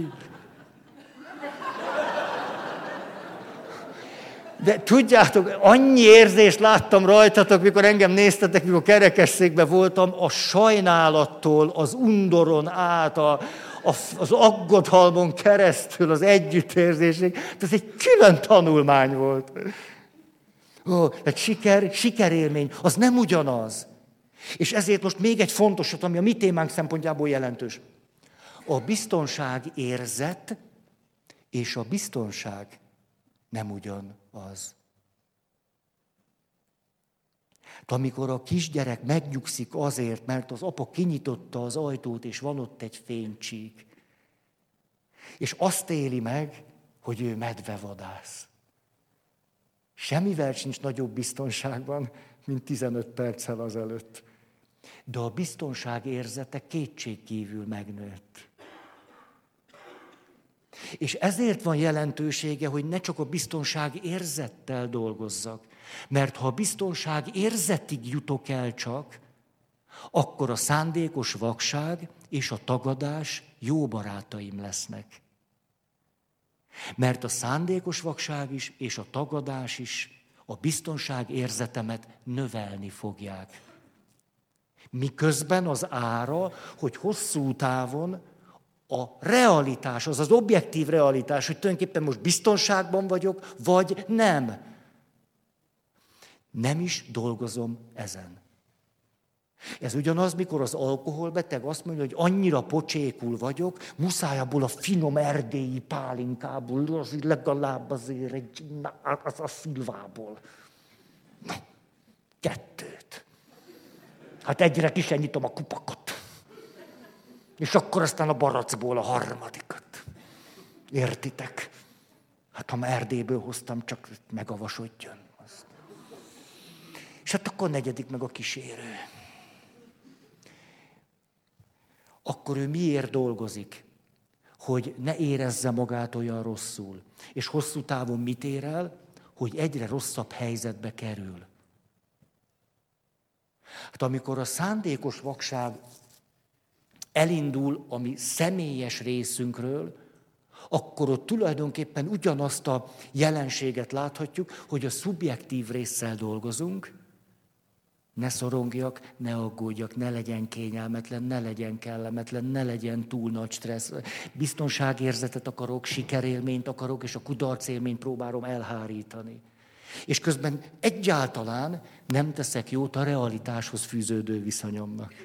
De tudjátok, annyi érzést láttam rajtatok, mikor engem néztetek, mikor kerekesszékben voltam, a sajnálattól, az undoron át, a, a, az aggodalmon keresztül, az együttérzésig. Ez egy külön tanulmány volt. Ó, tehát siker, sikerélmény, az nem ugyanaz. És ezért most még egy fontosat, ami a mi témánk szempontjából jelentős. A biztonság érzet és a biztonság nem ugyanaz. De amikor a kisgyerek megnyugszik azért, mert az apa kinyitotta az ajtót, és van ott egy fénycsík, és azt éli meg, hogy ő medvevadász. Semmivel sincs nagyobb biztonságban, mint tizenöt perccel azelőtt. De a biztonság érzete kétségkívül megnőtt. És ezért van jelentősége, hogy ne csak a biztonság érzettel dolgozzak. Mert ha a biztonság érzetig jutok el csak, akkor a szándékos vakság és a tagadás jó barátaim lesznek. Mert a szándékos vakság is és a tagadás is a biztonság érzetemet növelni fogják. Miközben az ára, hogy hosszú távon a realitás, az az objektív realitás, hogy tulajdonképpen most biztonságban vagyok, vagy nem. Nem is dolgozom ezen. Ez ugyanaz, mikor az alkoholbeteg azt mondja, hogy annyira pocsékul vagyok, muszáj abból a finom erdélyi pálinkából, az legalább azért egy, az a szilvából. Na, kettőt. Hát egyre kisenyítom a kupakot. És akkor aztán a baracból a harmadikat. Értitek? Hát ha már Erdélyből hoztam, csak megavasodjon. És hát akkor negyedik meg a kísérő. Akkor ő miért dolgozik? Hogy ne érezze magát olyan rosszul. És hosszú távon mit ér el? Hogy egyre rosszabb helyzetbe kerül. Hát amikor a szándékos vakság elindul a mi személyes részünkről, akkor ott tulajdonképpen ugyanazt a jelenséget láthatjuk, hogy a szubjektív résszel dolgozunk, ne szorongjak, ne aggódjak, ne legyen kényelmetlen, ne legyen kellemetlen, ne legyen túl nagy stressz. Biztonságérzetet akarok, sikerélményt akarok, és a kudarcélményt próbálom elhárítani. És közben egyáltalán nem teszek jót a realitáshoz fűződő viszonyomnak.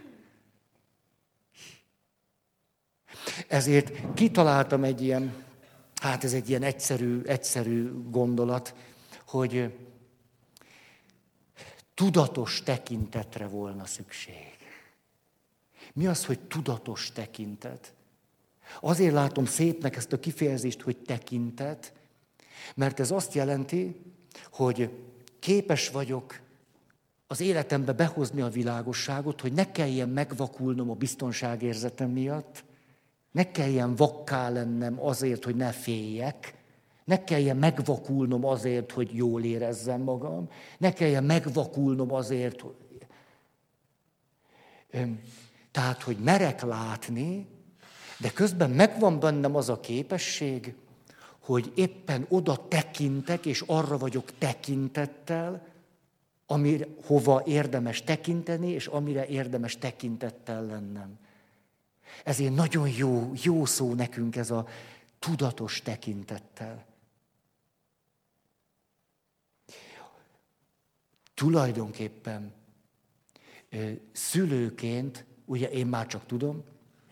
Ezért kitaláltam egy ilyen, hát ez egy ilyen egyszerű, egyszerű gondolat, hogy tudatos tekintetre volna szükség. Mi az, hogy tudatos tekintet? Azért látom szépnek ezt a kifejezést, hogy tekintet, mert ez azt jelenti, hogy képes vagyok az életembe behozni a világosságot, hogy ne kelljen megvakulnom a biztonságérzetem miatt, ne kelljen vakká lennem azért, hogy ne féljek, ne kelljen megvakulnom azért, hogy jól érezzem magam, ne kelljen megvakulnom azért, hogy... Tehát, hogy merek látni, de közben megvan bennem az a képesség, hogy éppen oda tekintek, és arra vagyok tekintettel, amire, hova érdemes tekinteni, és amire érdemes tekintettel lennem. Ezért nagyon jó, jó szó nekünk ez a tudatos tekintettel. Tulajdonképpen szülőként, ugye én már csak tudom,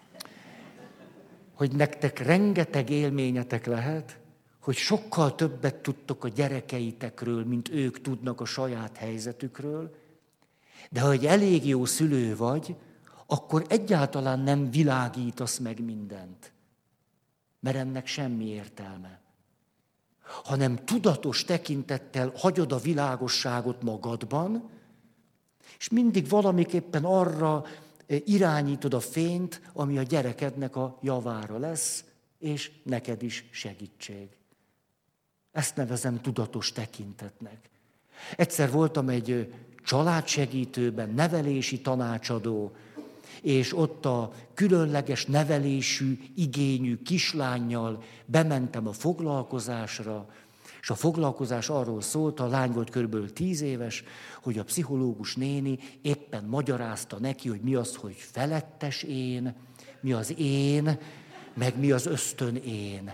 hogy nektek rengeteg élményetek lehet, hogy sokkal többet tudtok a gyerekeitekről, mint ők tudnak a saját helyzetükről, de ha egy elég jó szülő vagy, akkor egyáltalán nem világítasz meg mindent, mert ennek semmi értelme. Hanem tudatos tekintettel hagyod a világosságot magadban, és mindig valamiképpen arra irányítod a fényt, ami a gyerekednek a javára lesz, és neked is segítség. Ezt nevezem tudatos tekintetnek. Egyszer voltam egy családsegítőben, nevelési tanácsadó, és ott a különleges nevelésű, igényű kislánnyal bementem a foglalkozásra, és a foglalkozás arról szólt, a lány volt körülbelül tíz éves, hogy a pszichológus néni éppen magyarázta neki, hogy mi az, hogy felettes én, mi az én, meg mi az ösztön én.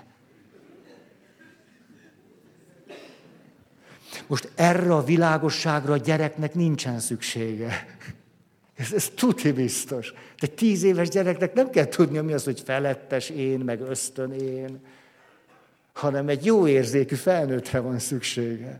Most erre a világosságra a gyereknek nincsen szüksége. Ez, ez tuti biztos. De tíz éves gyereknek nem kell tudnia, mi az, hogy felettes én, meg ösztön én, hanem egy jó érzékű felnőttre van szüksége.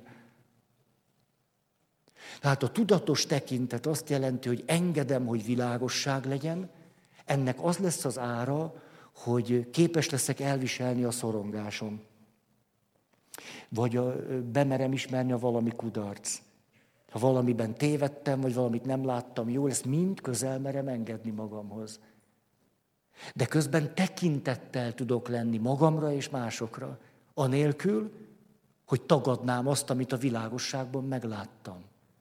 Tehát a tudatos tekintet azt jelenti, hogy engedem, hogy világosság legyen, ennek az lesz az ára, hogy képes leszek elviselni a szorongásom. Vagy a, bemerem ismerni a valami kudarc. Ha valamiben tévedtem, vagy valamit nem láttam jól, ezt mind közel merem engedni magamhoz. De közben tekintettel tudok lenni magamra és másokra, anélkül, hogy tagadnám azt, amit a világosságban megláttam.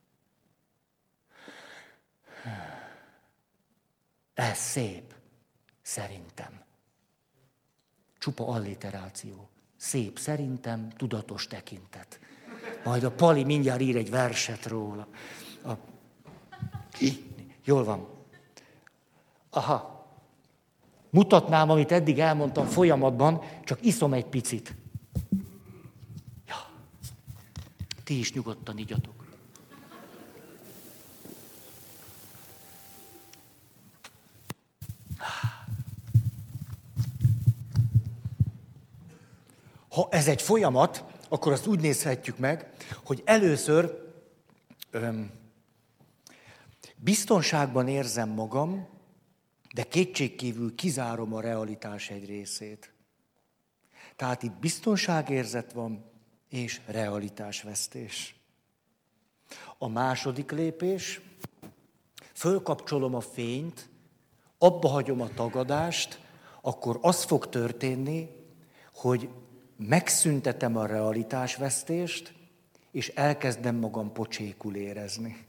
Ez szép, szerintem. Csupa alliteráció. Szép szerintem, tudatos tekintet. Majd a Pali mindjárt ír egy verset róla. A... Jól van. Aha. Mutatnám, amit eddig elmondtam folyamatban, csak iszom egy picit. Ja. Ti is nyugodtan igyatok. Ha ez egy folyamat, akkor azt úgy nézhetjük meg, hogy először öm, biztonságban érzem magam, de kétségkívül kizárom a realitás egy részét. Tehát itt biztonságérzet van, és realitásvesztés. A második lépés, fölkapcsolom a fényt, abba hagyom a tagadást, akkor az fog történni, hogy megszüntetem a realitásvesztést, és elkezdem magam pocsékul érezni.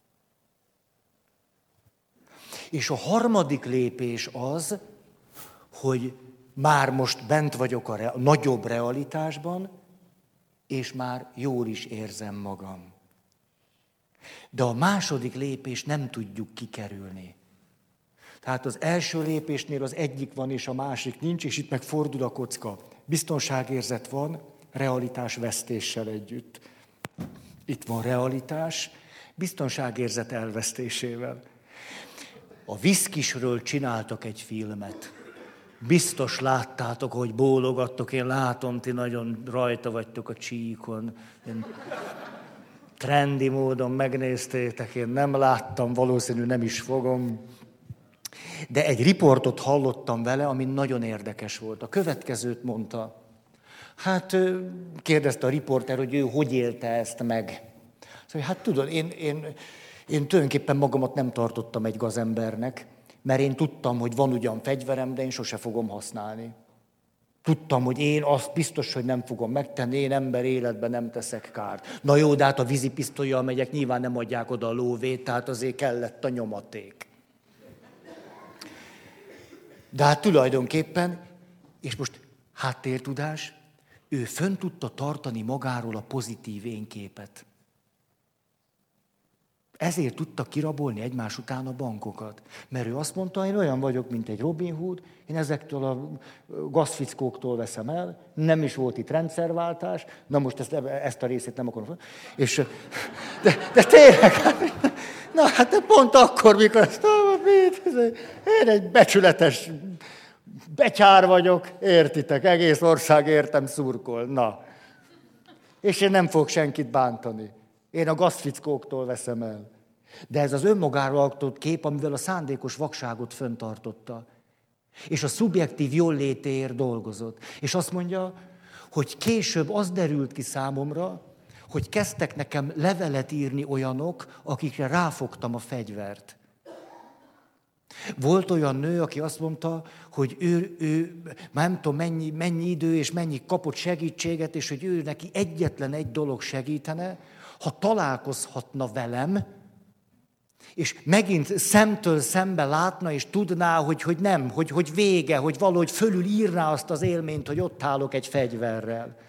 És a harmadik lépés az, hogy már most bent vagyok a, re- a nagyobb realitásban, és már jól is érzem magam. De a második lépést nem tudjuk kikerülni. Tehát az első lépésnél az egyik van, és a másik nincs, és itt meg fordul a kocka. Biztonságérzet van, realitás vesztéssel együtt. Itt van realitás, biztonságérzet elvesztésével. A viszkisről csináltak egy filmet. Biztos láttátok, hogy bólogattok, én látom, ti nagyon rajta vagytok a csíkon. Én trendi módon megnéztétek, én nem láttam, valószínű nem is fogom. De egy riportot hallottam vele, ami nagyon érdekes volt. A következőt mondta. Hát kérdezte a riporter, hogy ő hogy élte ezt meg. Szóval, hát tudod, én, én, én tulajdonképpen magamat nem tartottam egy gazembernek, mert én tudtam, hogy van ugyan fegyverem, de én sose fogom használni. Tudtam, hogy én azt biztos, hogy nem fogom megtenni, én ember életben nem teszek kárt. Na jó, de hát a vízipisztollyal megyek, nyilván nem adják oda a lóvét, tehát azért kellett a nyomaték. De hát tulajdonképpen, és most háttértudás, ő fönn tudta tartani magáról a pozitív énképet. Ezért tudtak kirabolni egymás után a bankokat. Mert ő azt mondta, én olyan vagyok, mint egy Robin Hood, én ezektől a gazfickóktól veszem el, nem is volt itt rendszerváltás, na most ezt, ezt a részét nem akarom. És, de, de tényleg, na hát de pont akkor, mikor ezt, én egy becsületes betyár vagyok, értitek, egész ország értem szurkol, na. És én nem fogok senkit bántani. Én a gazfickóktól veszem el. De ez az önmagáról alkotott kép, amivel a szándékos vakságot fenntartotta. És a szubjektív jóllétéért dolgozott. És azt mondja, hogy később az derült ki számomra, hogy kezdtek nekem levelet írni olyanok, akikre ráfogtam a fegyvert. Volt olyan nő, aki azt mondta, hogy ő, ő már nem tudom mennyi, mennyi idő és mennyi kapott segítséget, és hogy ő neki egyetlen egy dolog segítene, ha találkozhatna velem, és megint szemtől szembe látna, és tudná, hogy, hogy nem, hogy, hogy vége, hogy valahogy fölül írná azt az élményt, hogy ott állok egy fegyverrel.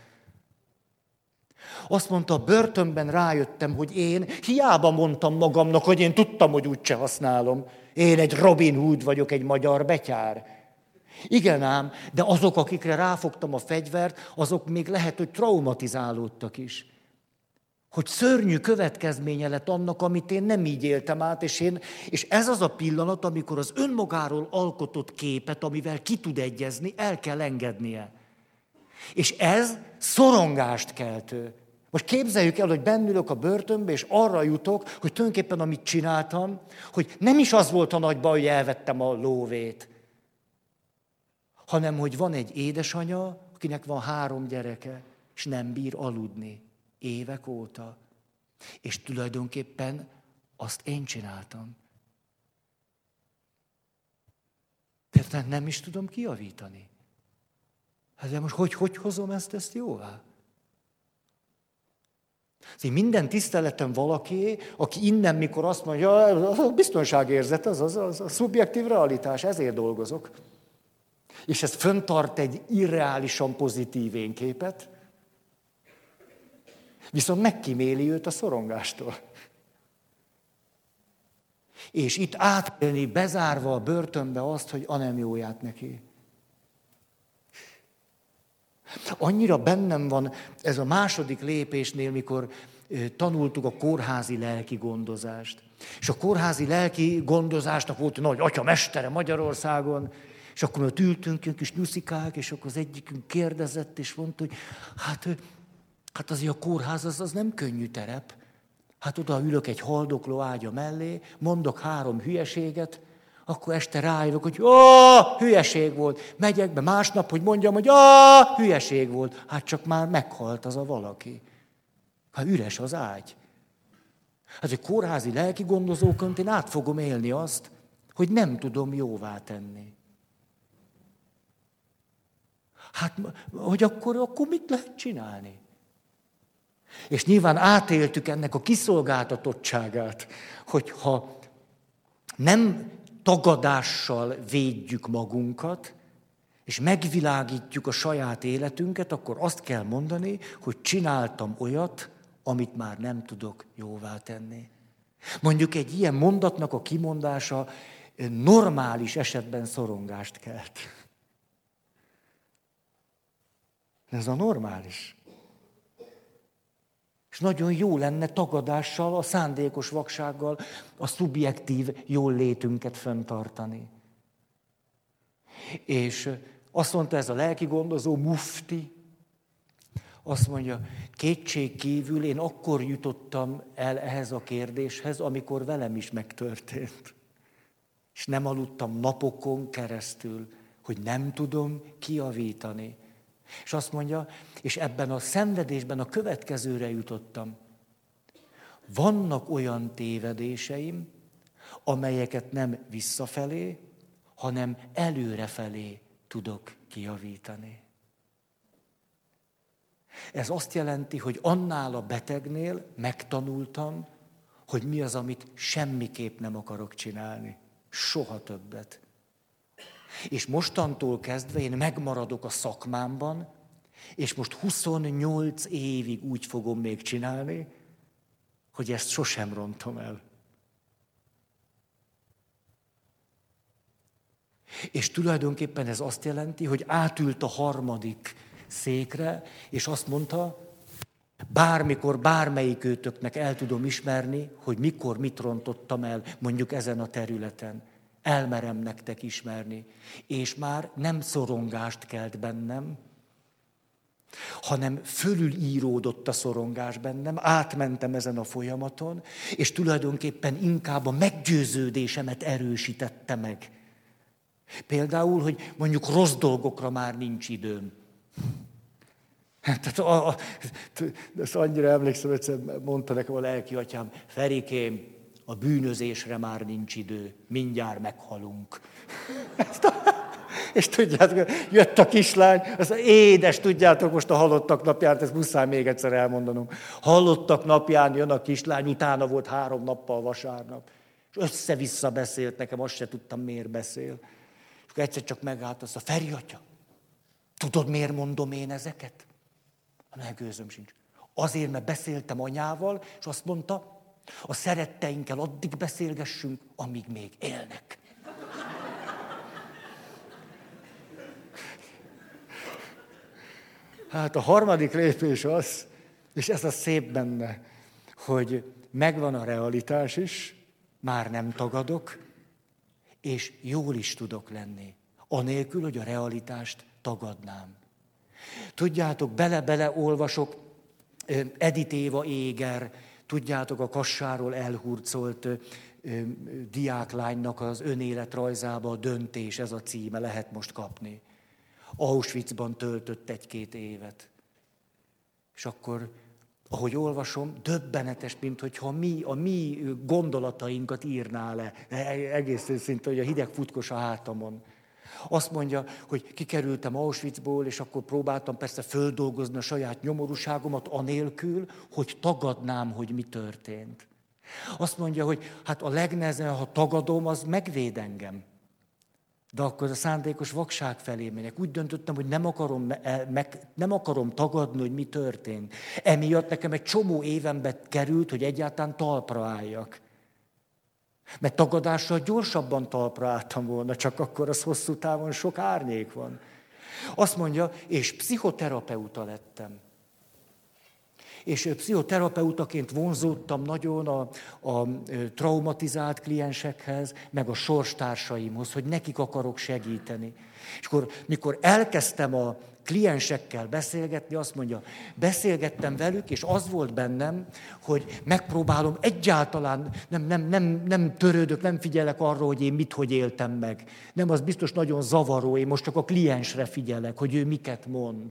Azt mondta, a börtönben rájöttem, hogy én hiába mondtam magamnak, hogy én tudtam, hogy úgyse használom. Én egy Robin Hood vagyok, egy magyar betyár. Igen ám, de azok, akikre ráfogtam a fegyvert, azok még lehet, hogy traumatizálódtak is. Hogy szörnyű következménye lett annak, amit én nem így éltem át, és, én, és ez az a pillanat, amikor az önmagáról alkotott képet, amivel ki tud egyezni, el kell engednie. És ez szorongást keltő. Most képzeljük el, hogy bennülök a börtönbe, és arra jutok, hogy tulajdonképpen amit csináltam, hogy nem is az volt a nagy baj, hogy elvettem a lóvét, hanem hogy van egy édesanya, akinek van három gyereke, és nem bír aludni évek óta. És tulajdonképpen azt én csináltam. Tehát nem is tudom kijavítani. Hát de most hogy, hogy hozom ezt, ezt jóvá? Én minden tiszteletem valakié, aki innen, mikor azt mondja, a biztonságérzet, az, az, az a szubjektív realitás, ezért dolgozok. És ez föntart egy irreálisan pozitív énképet, viszont megkíméli őt a szorongástól. És itt átélni, bezárva a börtönbe azt, hogy a nem jóját neki. Annyira bennem van ez a második lépésnél, mikor tanultuk a kórházi lelki gondozást. És a kórházi lelki gondozásnak volt egy nagy atyamestere Magyarországon, és akkor ott ültünk, ilyen kis nyuszikák, és akkor az egyikünk kérdezett, és mondta, hogy hát, hát azért a kórház az, az nem könnyű terep. Hát oda ülök egy haldokló ágya mellé, mondok három hülyeséget, akkor este rájövök, hogy ó, hülyeség volt. Megyek be másnap, hogy mondjam, hogy ó, hülyeség volt. Hát csak már meghalt az a valaki. Hát üres az ágy. Hát egy kórházi lelki gondozóként én át fogom élni azt, hogy nem tudom jóvá tenni. Hát, hogy akkor, akkor mit lehet csinálni? És nyilván átéltük ennek a kiszolgáltatottságát, hogyha nem tagadással védjük magunkat, és megvilágítjuk a saját életünket, akkor azt kell mondani, hogy csináltam olyat, amit már nem tudok jóvá tenni. Mondjuk egy ilyen mondatnak a kimondása normális esetben szorongást kelt. Ez a normális. És nagyon jó lenne tagadással, a szándékos vaksággal a szubjektív jóllétünket fenntartani. És azt mondta ez a lelki gondozó, mufti, azt mondja, kétség kívül én akkor jutottam el ehhez a kérdéshez, amikor velem is megtörtént. És nem aludtam napokon keresztül, hogy nem tudom kijavítani. És azt mondja, és ebben a szenvedésben a következőre jutottam. Vannak olyan tévedéseim, amelyeket nem visszafelé, hanem előrefelé tudok kijavítani. Ez azt jelenti, hogy annál a betegnél megtanultam, hogy mi az, amit semmiképp nem akarok csinálni. Soha többet. És mostantól kezdve én megmaradok a szakmámban, és most huszonnyolc évig úgy fogom még csinálni, hogy ezt sosem rontom el. És tulajdonképpen ez azt jelenti, hogy átült a harmadik székre, és azt mondta, bármikor bármelyikőtöknek el tudom ismerni, hogy mikor mit rontottam el, mondjuk ezen a területen. Elmerem nektek ismerni. És már nem szorongást kelt bennem, hanem fölülíródott a szorongás bennem, átmentem ezen a folyamaton, és tulajdonképpen inkább a meggyőződésemet erősítette meg. Például, hogy mondjuk rossz dolgokra már nincs időm. Tehát a, a, ezt annyira emlékszem, egyszer mondta nekem a lelki atyám, Ferikém, a bűnözésre már nincs idő, mindjárt meghalunk. És tudjátok, jött a kislány, az édes, tudjátok, most a halottak napján, ezt muszáj még egyszer elmondanom. Halottak napján jön a kislány, utána volt három nappal vasárnap. És össze-vissza beszélt nekem, azt se tudtam, miért beszél. És akkor egyszer csak megállt, azt a Feri atya, tudod, miért mondom én ezeket? Megőzöm sincs. Azért, mert beszéltem anyával, és azt mondta, a szeretteinkkel addig beszélgessünk, amíg még élnek. Hát a harmadik lépés az, és ez a szép benne, hogy megvan a realitás is, már nem tagadok, és jól is tudok lenni, anélkül, hogy a realitást tagadnám. Tudjátok, bele-bele olvasok Edith Éva Éger, tudjátok, a Kassáról elhurcolt diáklánynak az önéletrajzába a Döntés, ez a címe, lehet most kapni. Auschwitzban töltött egy-két évet. És akkor, ahogy olvasom, döbbenetes, mint hogyha mi, a mi gondolatainkat írná le. Egész őszinte, hogy a hideg futkos a hátamon. Azt mondja, hogy kikerültem Auschwitzból, és akkor próbáltam persze földolgozni a saját nyomorúságomat anélkül, hogy tagadnám, hogy mi történt. Azt mondja, hogy hát a legnehezebb, ha tagadom, az megvéd engem. De akkor a szándékos vakság felé megyek. Úgy döntöttem, hogy nem akarom, meg, nem akarom tagadni, hogy mi történt. Emiatt nekem egy csomó évenbe került, hogy egyáltalán talpra álljak. Mert tagadással gyorsabban talpra álltam volna, csak akkor az hosszú távon sok árnyék van. Azt mondja, és pszichoterapeuta lettem. És pszichoterapeutaként vonzódtam nagyon a, a traumatizált kliensekhez, meg a sorstársaimhoz, hogy nekik akarok segíteni. És akkor, mikor elkezdtem a kliensekkel beszélgetni, azt mondja, beszélgettem velük, és az volt bennem, hogy megpróbálom egyáltalán, nem, nem, nem, nem törődök, nem figyelek arra, hogy én mit, hogy éltem meg. Nem, az biztos nagyon zavaró, én most csak a kliensre figyelek, hogy ő miket mond.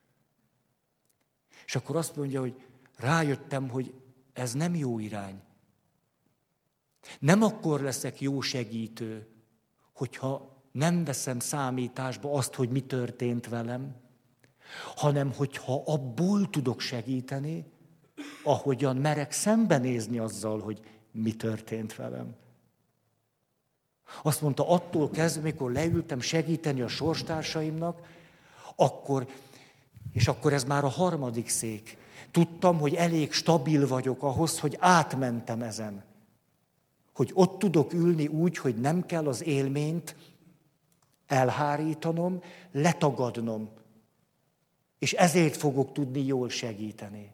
És akkor azt mondja, hogy rájöttem, hogy ez nem jó irány. Nem akkor leszek jó segítő, hogyha nem veszem számításba azt, hogy mi történt velem, hanem hogyha abból tudok segíteni, ahogyan merek szembenézni azzal, hogy mi történt velem. Azt mondta, attól kezdve, mikor leültem segíteni a sorstársaimnak, akkor, és akkor ez már a harmadik szék, tudtam, hogy elég stabil vagyok ahhoz, hogy átmentem ezen. Hogy ott tudok ülni úgy, hogy nem kell az élményt elhárítanom, letagadnom. És ezért fogok tudni jól segíteni.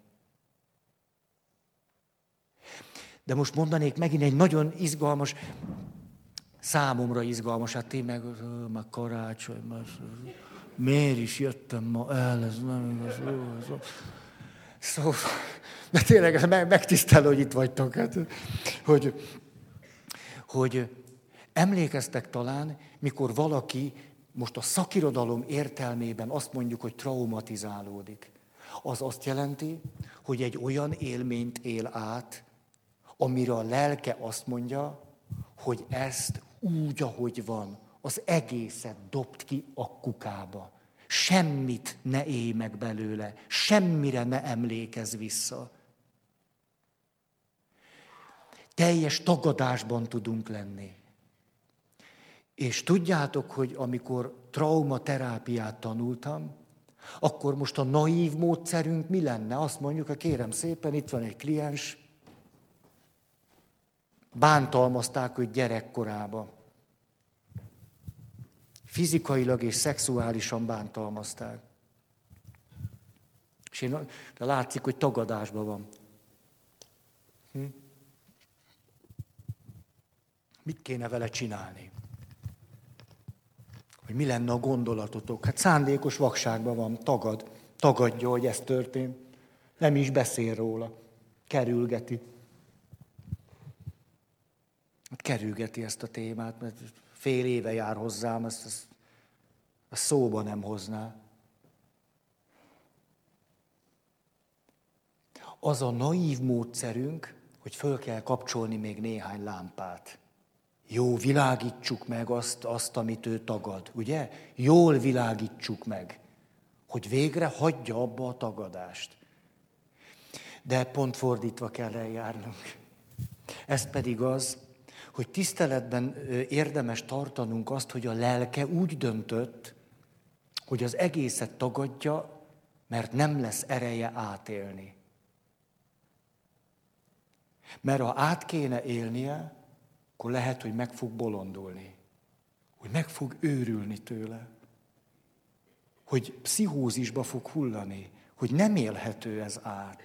De most mondanék megint egy nagyon izgalmas, számomra izgalmas, hát én meg, meg karácsony, meg, miért is jöttem ma el, ez nem igaz. Szóval, de tényleg megtisztelő, hogy itt vagytok. Hát, hogy, hogy emlékeztek talán, mikor valaki most a szakirodalom értelmében azt mondjuk, hogy traumatizálódik. Az azt jelenti, hogy egy olyan élményt él át, amire a lelke azt mondja, hogy ezt úgy, ahogy van, az egészet dobd ki a kukába. Semmit ne élj meg belőle, semmire ne emlékezz vissza. Teljes tagadásban tudunk lenni. És tudjátok, hogy amikor traumaterápiát tanultam, akkor most a naív módszerünk mi lenne? Azt mondjuk, hogy kérem szépen, itt van egy kliens, bántalmazták őt gyerekkorában. fizikailag és szexuálisan bántalmazták. És én, de látszik, hogy tagadásban van. Hm? Mit kéne vele csinálni? Hogy mi lenne a gondolatotok? Hát szándékos vakságban van, tagad. Tagadja, hogy ez történt. Nem is beszél róla. Kerülgeti. Hát kerülgeti ezt a témát, mert fél éve jár hozzám, ezt, ezt, ezt szóba nem hozná. Az a naív módszerünk, hogy föl kell kapcsolni még néhány lámpát. Jó, világítsuk meg azt, azt, amit ő tagad, ugye? Jól világítsuk meg, hogy végre hagyja abba a tagadást. De pont fordítva kell eljárnunk. Ez pedig az, hogy tiszteletben érdemes tartanunk azt, hogy a lelke úgy döntött, hogy az egészet tagadja, mert nem lesz ereje átélni. Mert ha át kéne élnie, akkor lehet, hogy meg fog bolondulni. Hogy meg fog őrülni tőle. Hogy pszichózisba fog hullani. Hogy nem élhető ez át.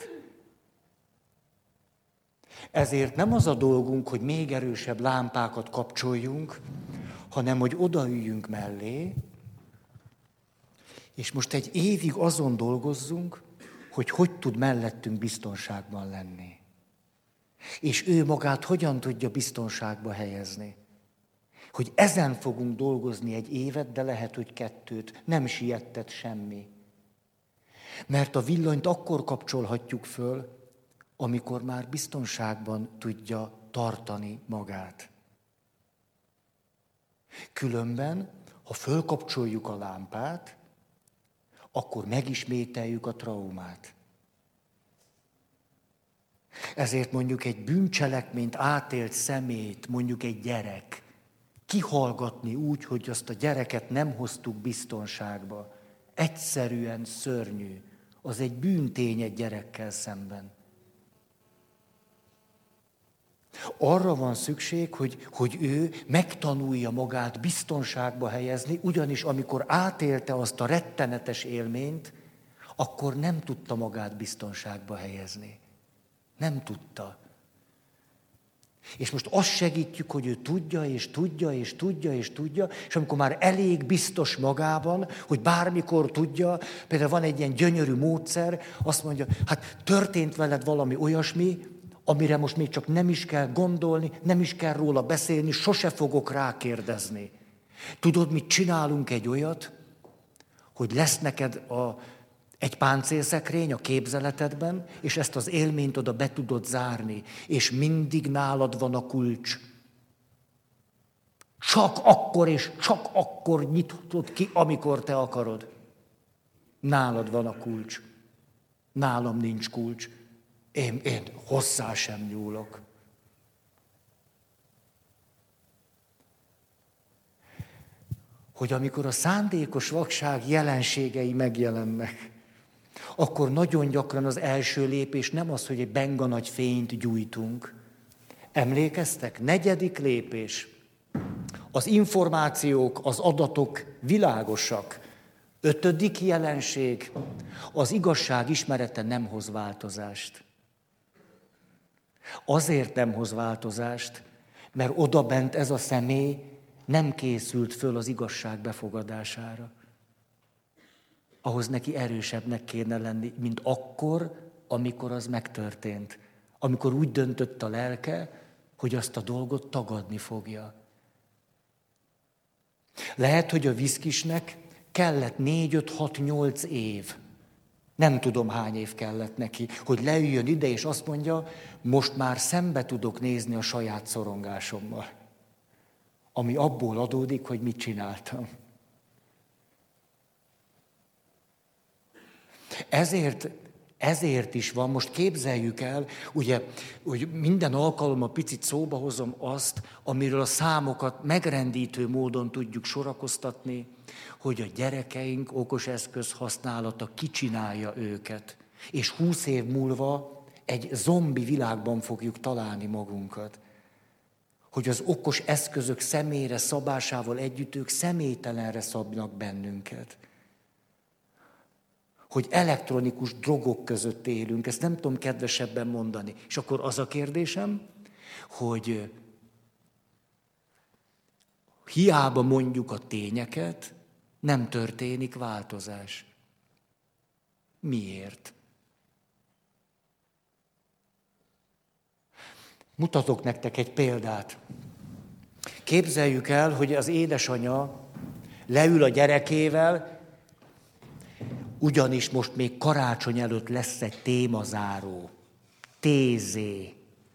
Ezért nem az a dolgunk, hogy még erősebb lámpákat kapcsoljunk, hanem hogy odaüljünk mellé, és most egy évig azon dolgozzunk, hogy hogy tud mellettünk biztonságban lenni. És ő magát hogyan tudja biztonságba helyezni. Hogy ezen fogunk dolgozni egy évet, de lehet, hogy kettőt. Nem siettet semmi. Mert a villanyt akkor kapcsolhatjuk föl, amikor már biztonságban tudja tartani magát. Különben, ha fölkapcsoljuk a lámpát, akkor megismételjük a traumát. Ezért mondjuk egy bűncselekményt átélt szemét, mondjuk egy gyerek, kihallgatni úgy, hogy azt a gyereket nem hoztuk biztonságba, egyszerűen szörnyű. Az egy bűntény egy gyerekkel szemben. Arra van szükség, hogy, hogy ő megtanulja magát biztonságba helyezni, ugyanis amikor átélte azt a rettenetes élményt, akkor nem tudta magát biztonságba helyezni. Nem tudta. És most azt segítjük, hogy ő tudja, és tudja, és tudja, és tudja, és amikor már elég biztos magában, hogy bármikor tudja, például van egy ilyen gyönyörű módszer, azt mondja, hát történt veled valami olyasmi, amire most még csak nem is kell gondolni, nem is kell róla beszélni, sose fogok rákérdezni. Tudod, mit csinálunk egy olyat, hogy lesz neked a, egy páncélszekrény a képzeletedben, és ezt az élményt oda be tudod zárni, és mindig nálad van a kulcs. Csak akkor és csak akkor nyithatod ki, amikor te akarod. Nálad van a kulcs. Nálam nincs kulcs. Én, én hozzá sem nyúlok. Hogy amikor a szándékos vakság jelenségei megjelennek, akkor nagyon gyakran az első lépés nem az, hogy egy benga nagy fényt gyújtunk. Emlékeztek? Negyedik lépés. Az információk, az adatok világosak. Ötödik jelenség. Az igazság ismerete nem hoz változást. Azért nem hoz változást, mert odabent ez a személy nem készült föl az igazság befogadására. Ahhoz neki erősebbnek kéne lenni, mint akkor, amikor az megtörtént. Amikor úgy döntött a lelke, hogy azt a dolgot tagadni fogja. Lehet, hogy a viszkisnek kellett négy, öt, hat, nyolc év. Nem tudom, hány év kellett neki, hogy leüljön ide, és azt mondja, most már szembe tudok nézni a saját szorongásommal. Ami abból adódik, hogy mit csináltam. Ezért, ezért is van, most képzeljük el, ugye, hogy minden alkalommal picit szóba hozom azt, amiről a számokat megrendítő módon tudjuk sorakoztatni, hogy a gyerekeink okos eszköz használata kicsinálja őket. És húsz év múlva egy zombi világban fogjuk találni magunkat. hogy az okos eszközök személyre szabásával együtt ők személytelenre szabnak bennünket. Hogy elektronikus drogok között élünk, ezt nem tudom kedvesebben mondani. És akkor az a kérdésem, hogy hiába mondjuk a tényeket, nem történik változás. Miért? Mutatok nektek egy példát. Képzeljük el, hogy az édesanya leül a gyerekével, ugyanis most még karácsony előtt lesz egy témazáró. Tézé.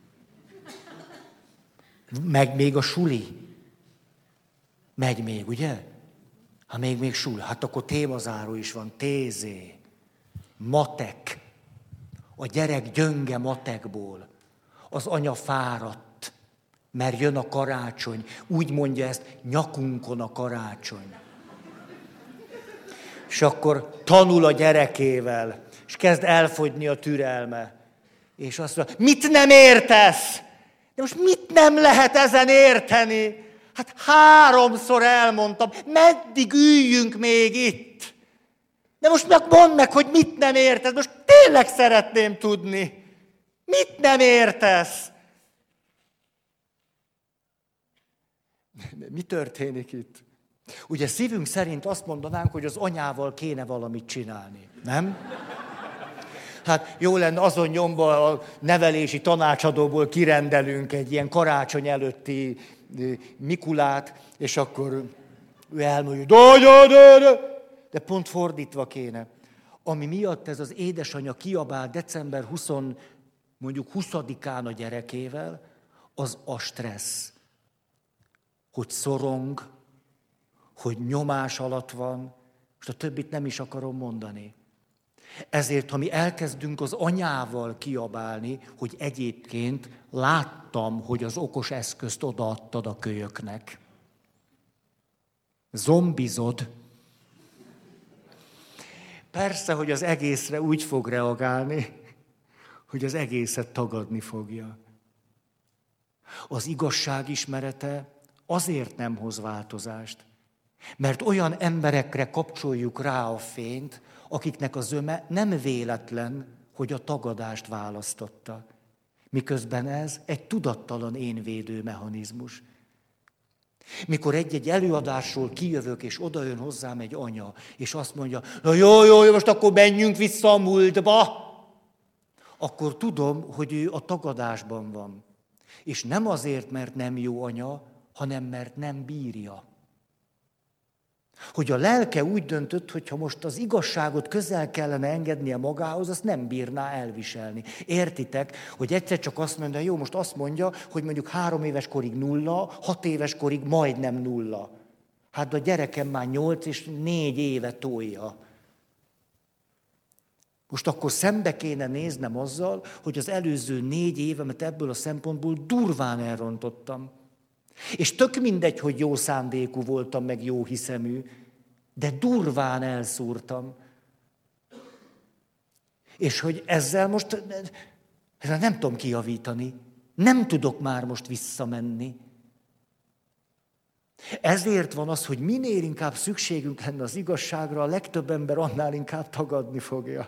Meg még a suli. Megy még, ugye? Ha még még suli. Hát akkor témazáró is van. Tézé. Matek. A gyerek gyönge matekból. Az anya fáradt, mert jön a karácsony. Úgy mondja ezt, nyakunkon a karácsony. És akkor tanul a gyerekével, és kezd elfogyni a türelme. És azt mondja, mit nem értesz? De most mit nem lehet ezen érteni? Hát háromszor elmondtam, meddig üljünk még itt? De most meg mondd meg, hogy mit nem értesz. Most tényleg szeretném tudni. Mit nem értesz? Mi történik itt? Ugye szívünk szerint azt mondanánk, hogy az anyával kéne valamit csinálni, nem? Hát jó lenne azon nyomba a nevelési tanácsadóból kirendelünk egy ilyen karácsony előtti Mikulát, és akkor ő elmondja, de, de, de, de. De pont fordítva kéne. Ami miatt ez az édesanya kiabál december huszadikán, mondjuk huszadikán a gyerekével, az a stressz. Hogy szorong, hogy nyomás alatt van, most a többit nem is akarom mondani. Ezért, ha mi elkezdünk az anyával kiabálni, hogy egyébként láttam, hogy az okos eszközt odaadtad a kölyöknek. Zombizod. Persze, hogy az egészre úgy fog reagálni, hogy az egészet tagadni fogja. Az igazság ismerete azért nem hoz változást, mert olyan emberekre kapcsoljuk rá a fényt, akiknek a zöme nem véletlen, hogy a tagadást választotta. Miközben ez egy tudattalan énvédő mechanizmus. Mikor egy-egy előadásról kijövök, és odajön hozzám egy anya, és azt mondja, na jó, jó, jó, most akkor menjünk vissza a múltba, akkor tudom, hogy ő a tagadásban van. És nem azért, mert nem jó anya, hanem mert nem bírja. Hogy a lelke úgy döntött, hogy ha most az igazságot közel kellene engednie magához, azt nem bírná elviselni. Értitek, hogy egyszer csak azt mondja, jó, most azt mondja, hogy mondjuk három éves korig nulla, hat éves korig majdnem nulla. Hát a gyerekem már nyolc és négy éve tolja. Most akkor szembe kéne néznem azzal, hogy az előző négy évemet ebből a szempontból durván elrontottam. És tök mindegy, hogy jó szándékú voltam, meg jó hiszemű, de durván elszúrtam. És hogy ezzel most ezzel nem tudom kijavítani, nem tudok már most visszamenni. Ezért van az, hogy minél inkább szükségünk lenne az igazságra, a legtöbb ember annál inkább tagadni fogja.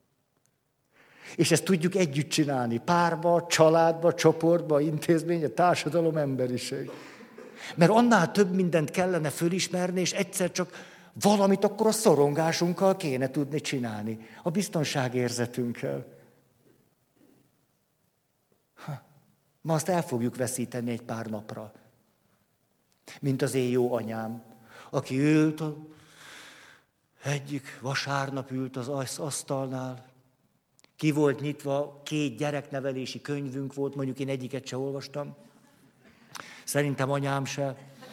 És ezt tudjuk együtt csinálni, párba, családba, csoportba, intézménybe, társadalom, emberiség. Mert annál több mindent kellene fölismerni, és egyszer csak valamit akkor a szorongásunkkal kéne tudni csinálni, a biztonságérzetünkkel. Ha, ma azt el fogjuk veszíteni egy pár napra. Mint az én jó anyám, aki ült, egyik vasárnap ült az asztalnál, ki volt nyitva, két gyereknevelési könyvünk volt, mondjuk én egyiket se olvastam. Szerintem anyám se.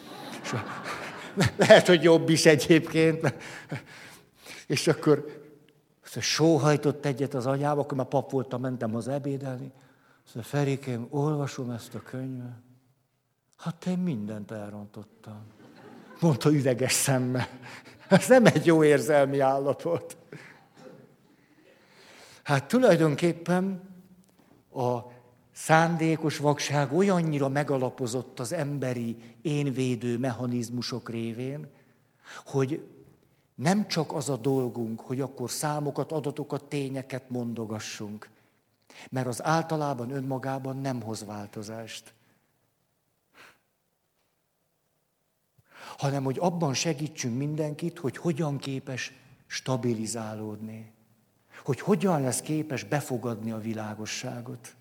Lehet, hogy jobb is egyébként. És akkor sóhajtott egyet az anyám, akkor már pap voltam, mentem haza ebédelni. Szóval Ferikém, olvasom ezt a könyvet. Hát én mindent elrontottam. Mondta üveges szemmel. Ez nem egy jó érzelmi állapot. Hát tulajdonképpen a szándékos vakság olyannyira megalapozott az emberi énvédő mechanizmusok révén, hogy nem csak az a dolgunk, hogy akkor számokat, adatokat, tényeket mondogassunk, mert az általában önmagában nem hoz változást. Hanem, hogy abban segítsünk mindenkit, hogy hogyan képes stabilizálódni. Hogy hogyan lesz képes befogadni a világosságot.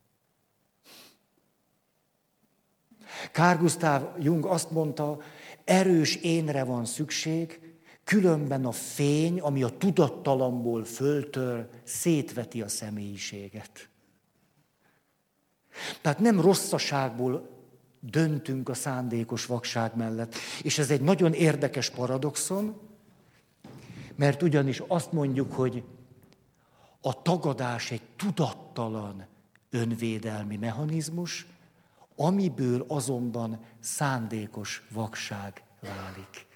Carl Gustav Jung azt mondta, erős énre van szükség, különben a fény, ami a tudattalamból föltör, szétveti a személyiséget. Tehát nem rosszaságból döntünk a szándékos vakság mellett. És ez egy nagyon érdekes paradoxon, mert ugyanis azt mondjuk, hogy a tagadás egy tudattalan önvédelmi mechanizmus, amiből azonban szándékos vakság válik.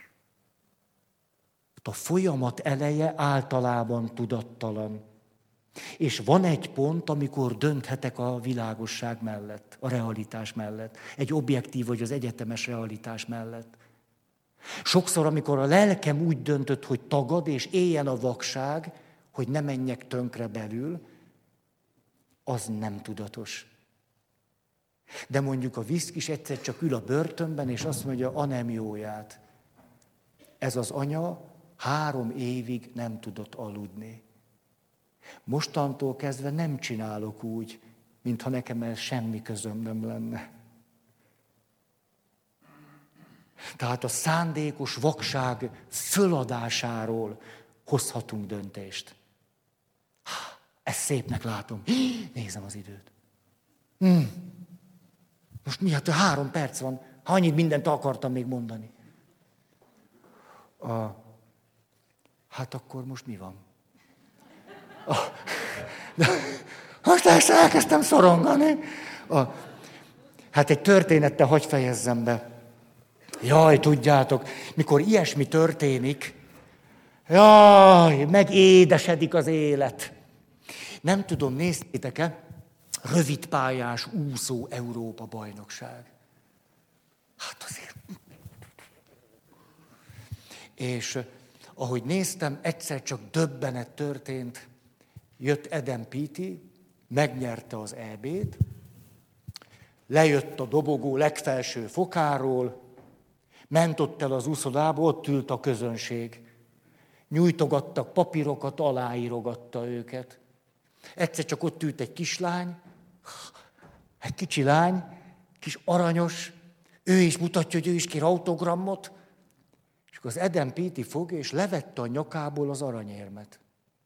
A folyamat eleje általában tudattalan. És van egy pont, amikor dönthetek a világosság mellett, a realitás mellett, egy objektív vagy az egyetemes realitás mellett. Sokszor, amikor a lelkem úgy döntött, hogy tagad, és éljen a vakság, hogy ne menjek tönkre belül, az nem tudatos. De mondjuk a viszkis egyszer csak ül a börtönben, és azt mondja anemjóját. Ez az anya három évig nem tudott aludni. Mostantól kezdve nem csinálok úgy, mintha nekem el semmi közöm nem lenne. Tehát a szándékos vakság föladásáról hozhatunk döntést. Ezt szépnek látom. Nézem az időt. Hmm. Most mi? Hát három perc van. Annyit mindent akartam még mondani. A... Hát akkor most mi van? A... De... Most ezt elkezdtem szorongani. A... Hát egy történettel hadd fejezzem be. Jaj, tudjátok, mikor ilyesmi történik, jaj, megédesedik az élet. Nem tudom, néztétek-e? Rövidpályás úszó Európa bajnokság. Hát azért. És ahogy néztem, egyszer csak döbbenet történt. Jött Adam Peaty, megnyerte az é bét, lejött a dobogó legfelső fokáról, ment ott el az úszodába, ott ült a közönség. Nyújtogattak papírokat, aláírogatta őket. Egyszer csak ott ült egy kislány, egy kicsi lány, kis aranyos, ő is mutatja, hogy ő is kér autogramot, és akkor az Adam Peaty fog, és levette a nyakából az aranyérmet.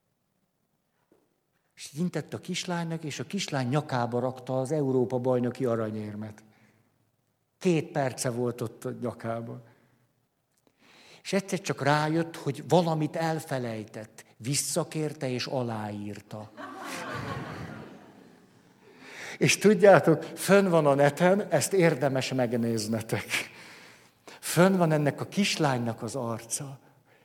És intett a kislánynak, és a kislány nyakába rakta az Európa-bajnoki aranyérmet. Két perce volt ott a nyakában. És egyszer csak rájött, hogy valamit elfelejtett. Visszakérte és aláírta. És tudjátok, fönn van a neten, ezt érdemes megnéznetek. Fönn van ennek a kislánynak az arca.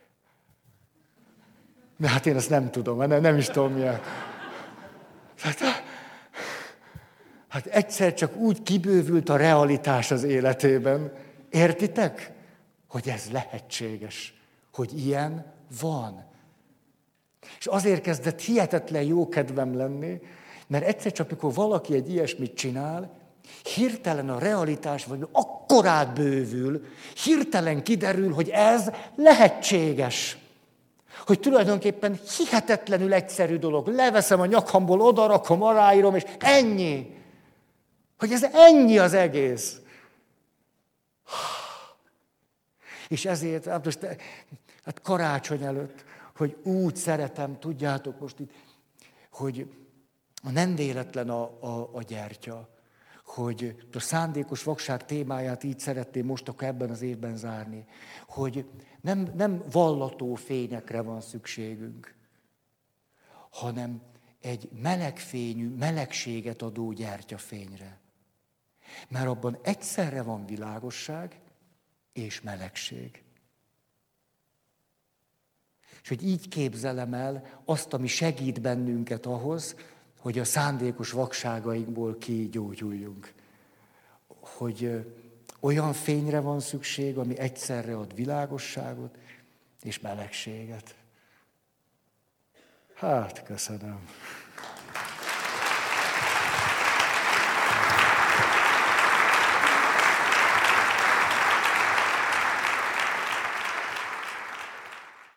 De hát én ezt nem tudom, nem, nem is tudom milyen. Hát, hát egyszer csak úgy kibővült a realitás az életében. Értitek? Hogy ez lehetséges, hogy ilyen van. És azért kezdett hihetetlen jó kedvem lenni, mert egyszer csak, amikor valaki egy ilyesmit csinál, hirtelen a realitás vagy akkorát bővül, hirtelen kiderül, hogy ez lehetséges. Hogy tulajdonképpen hihetetlenül egyszerű dolog. Leveszem a nyakamból, odarakom, aláírom, és ennyi. Hogy ez ennyi az egész. És ezért, hát most hát karácsony előtt, hogy úgy szeretem, tudjátok most itt, hogy nem véletlen a, a, a gyertya, hogy a szándékos vakság témáját így szeretném most akkor ebben az évben zárni, hogy nem, nem vallató fényekre van szükségünk, hanem egy melegfényű, melegséget adó gyertyafényre. Mert abban egyszerre van világosság és melegség. És hogy így képzelem el azt, ami segít bennünket ahhoz, hogy a szándékos vakságainkból kigyógyuljunk. Hogy olyan fényre van szükség, ami egyszerre ad világosságot és melegséget. Hát, köszönöm.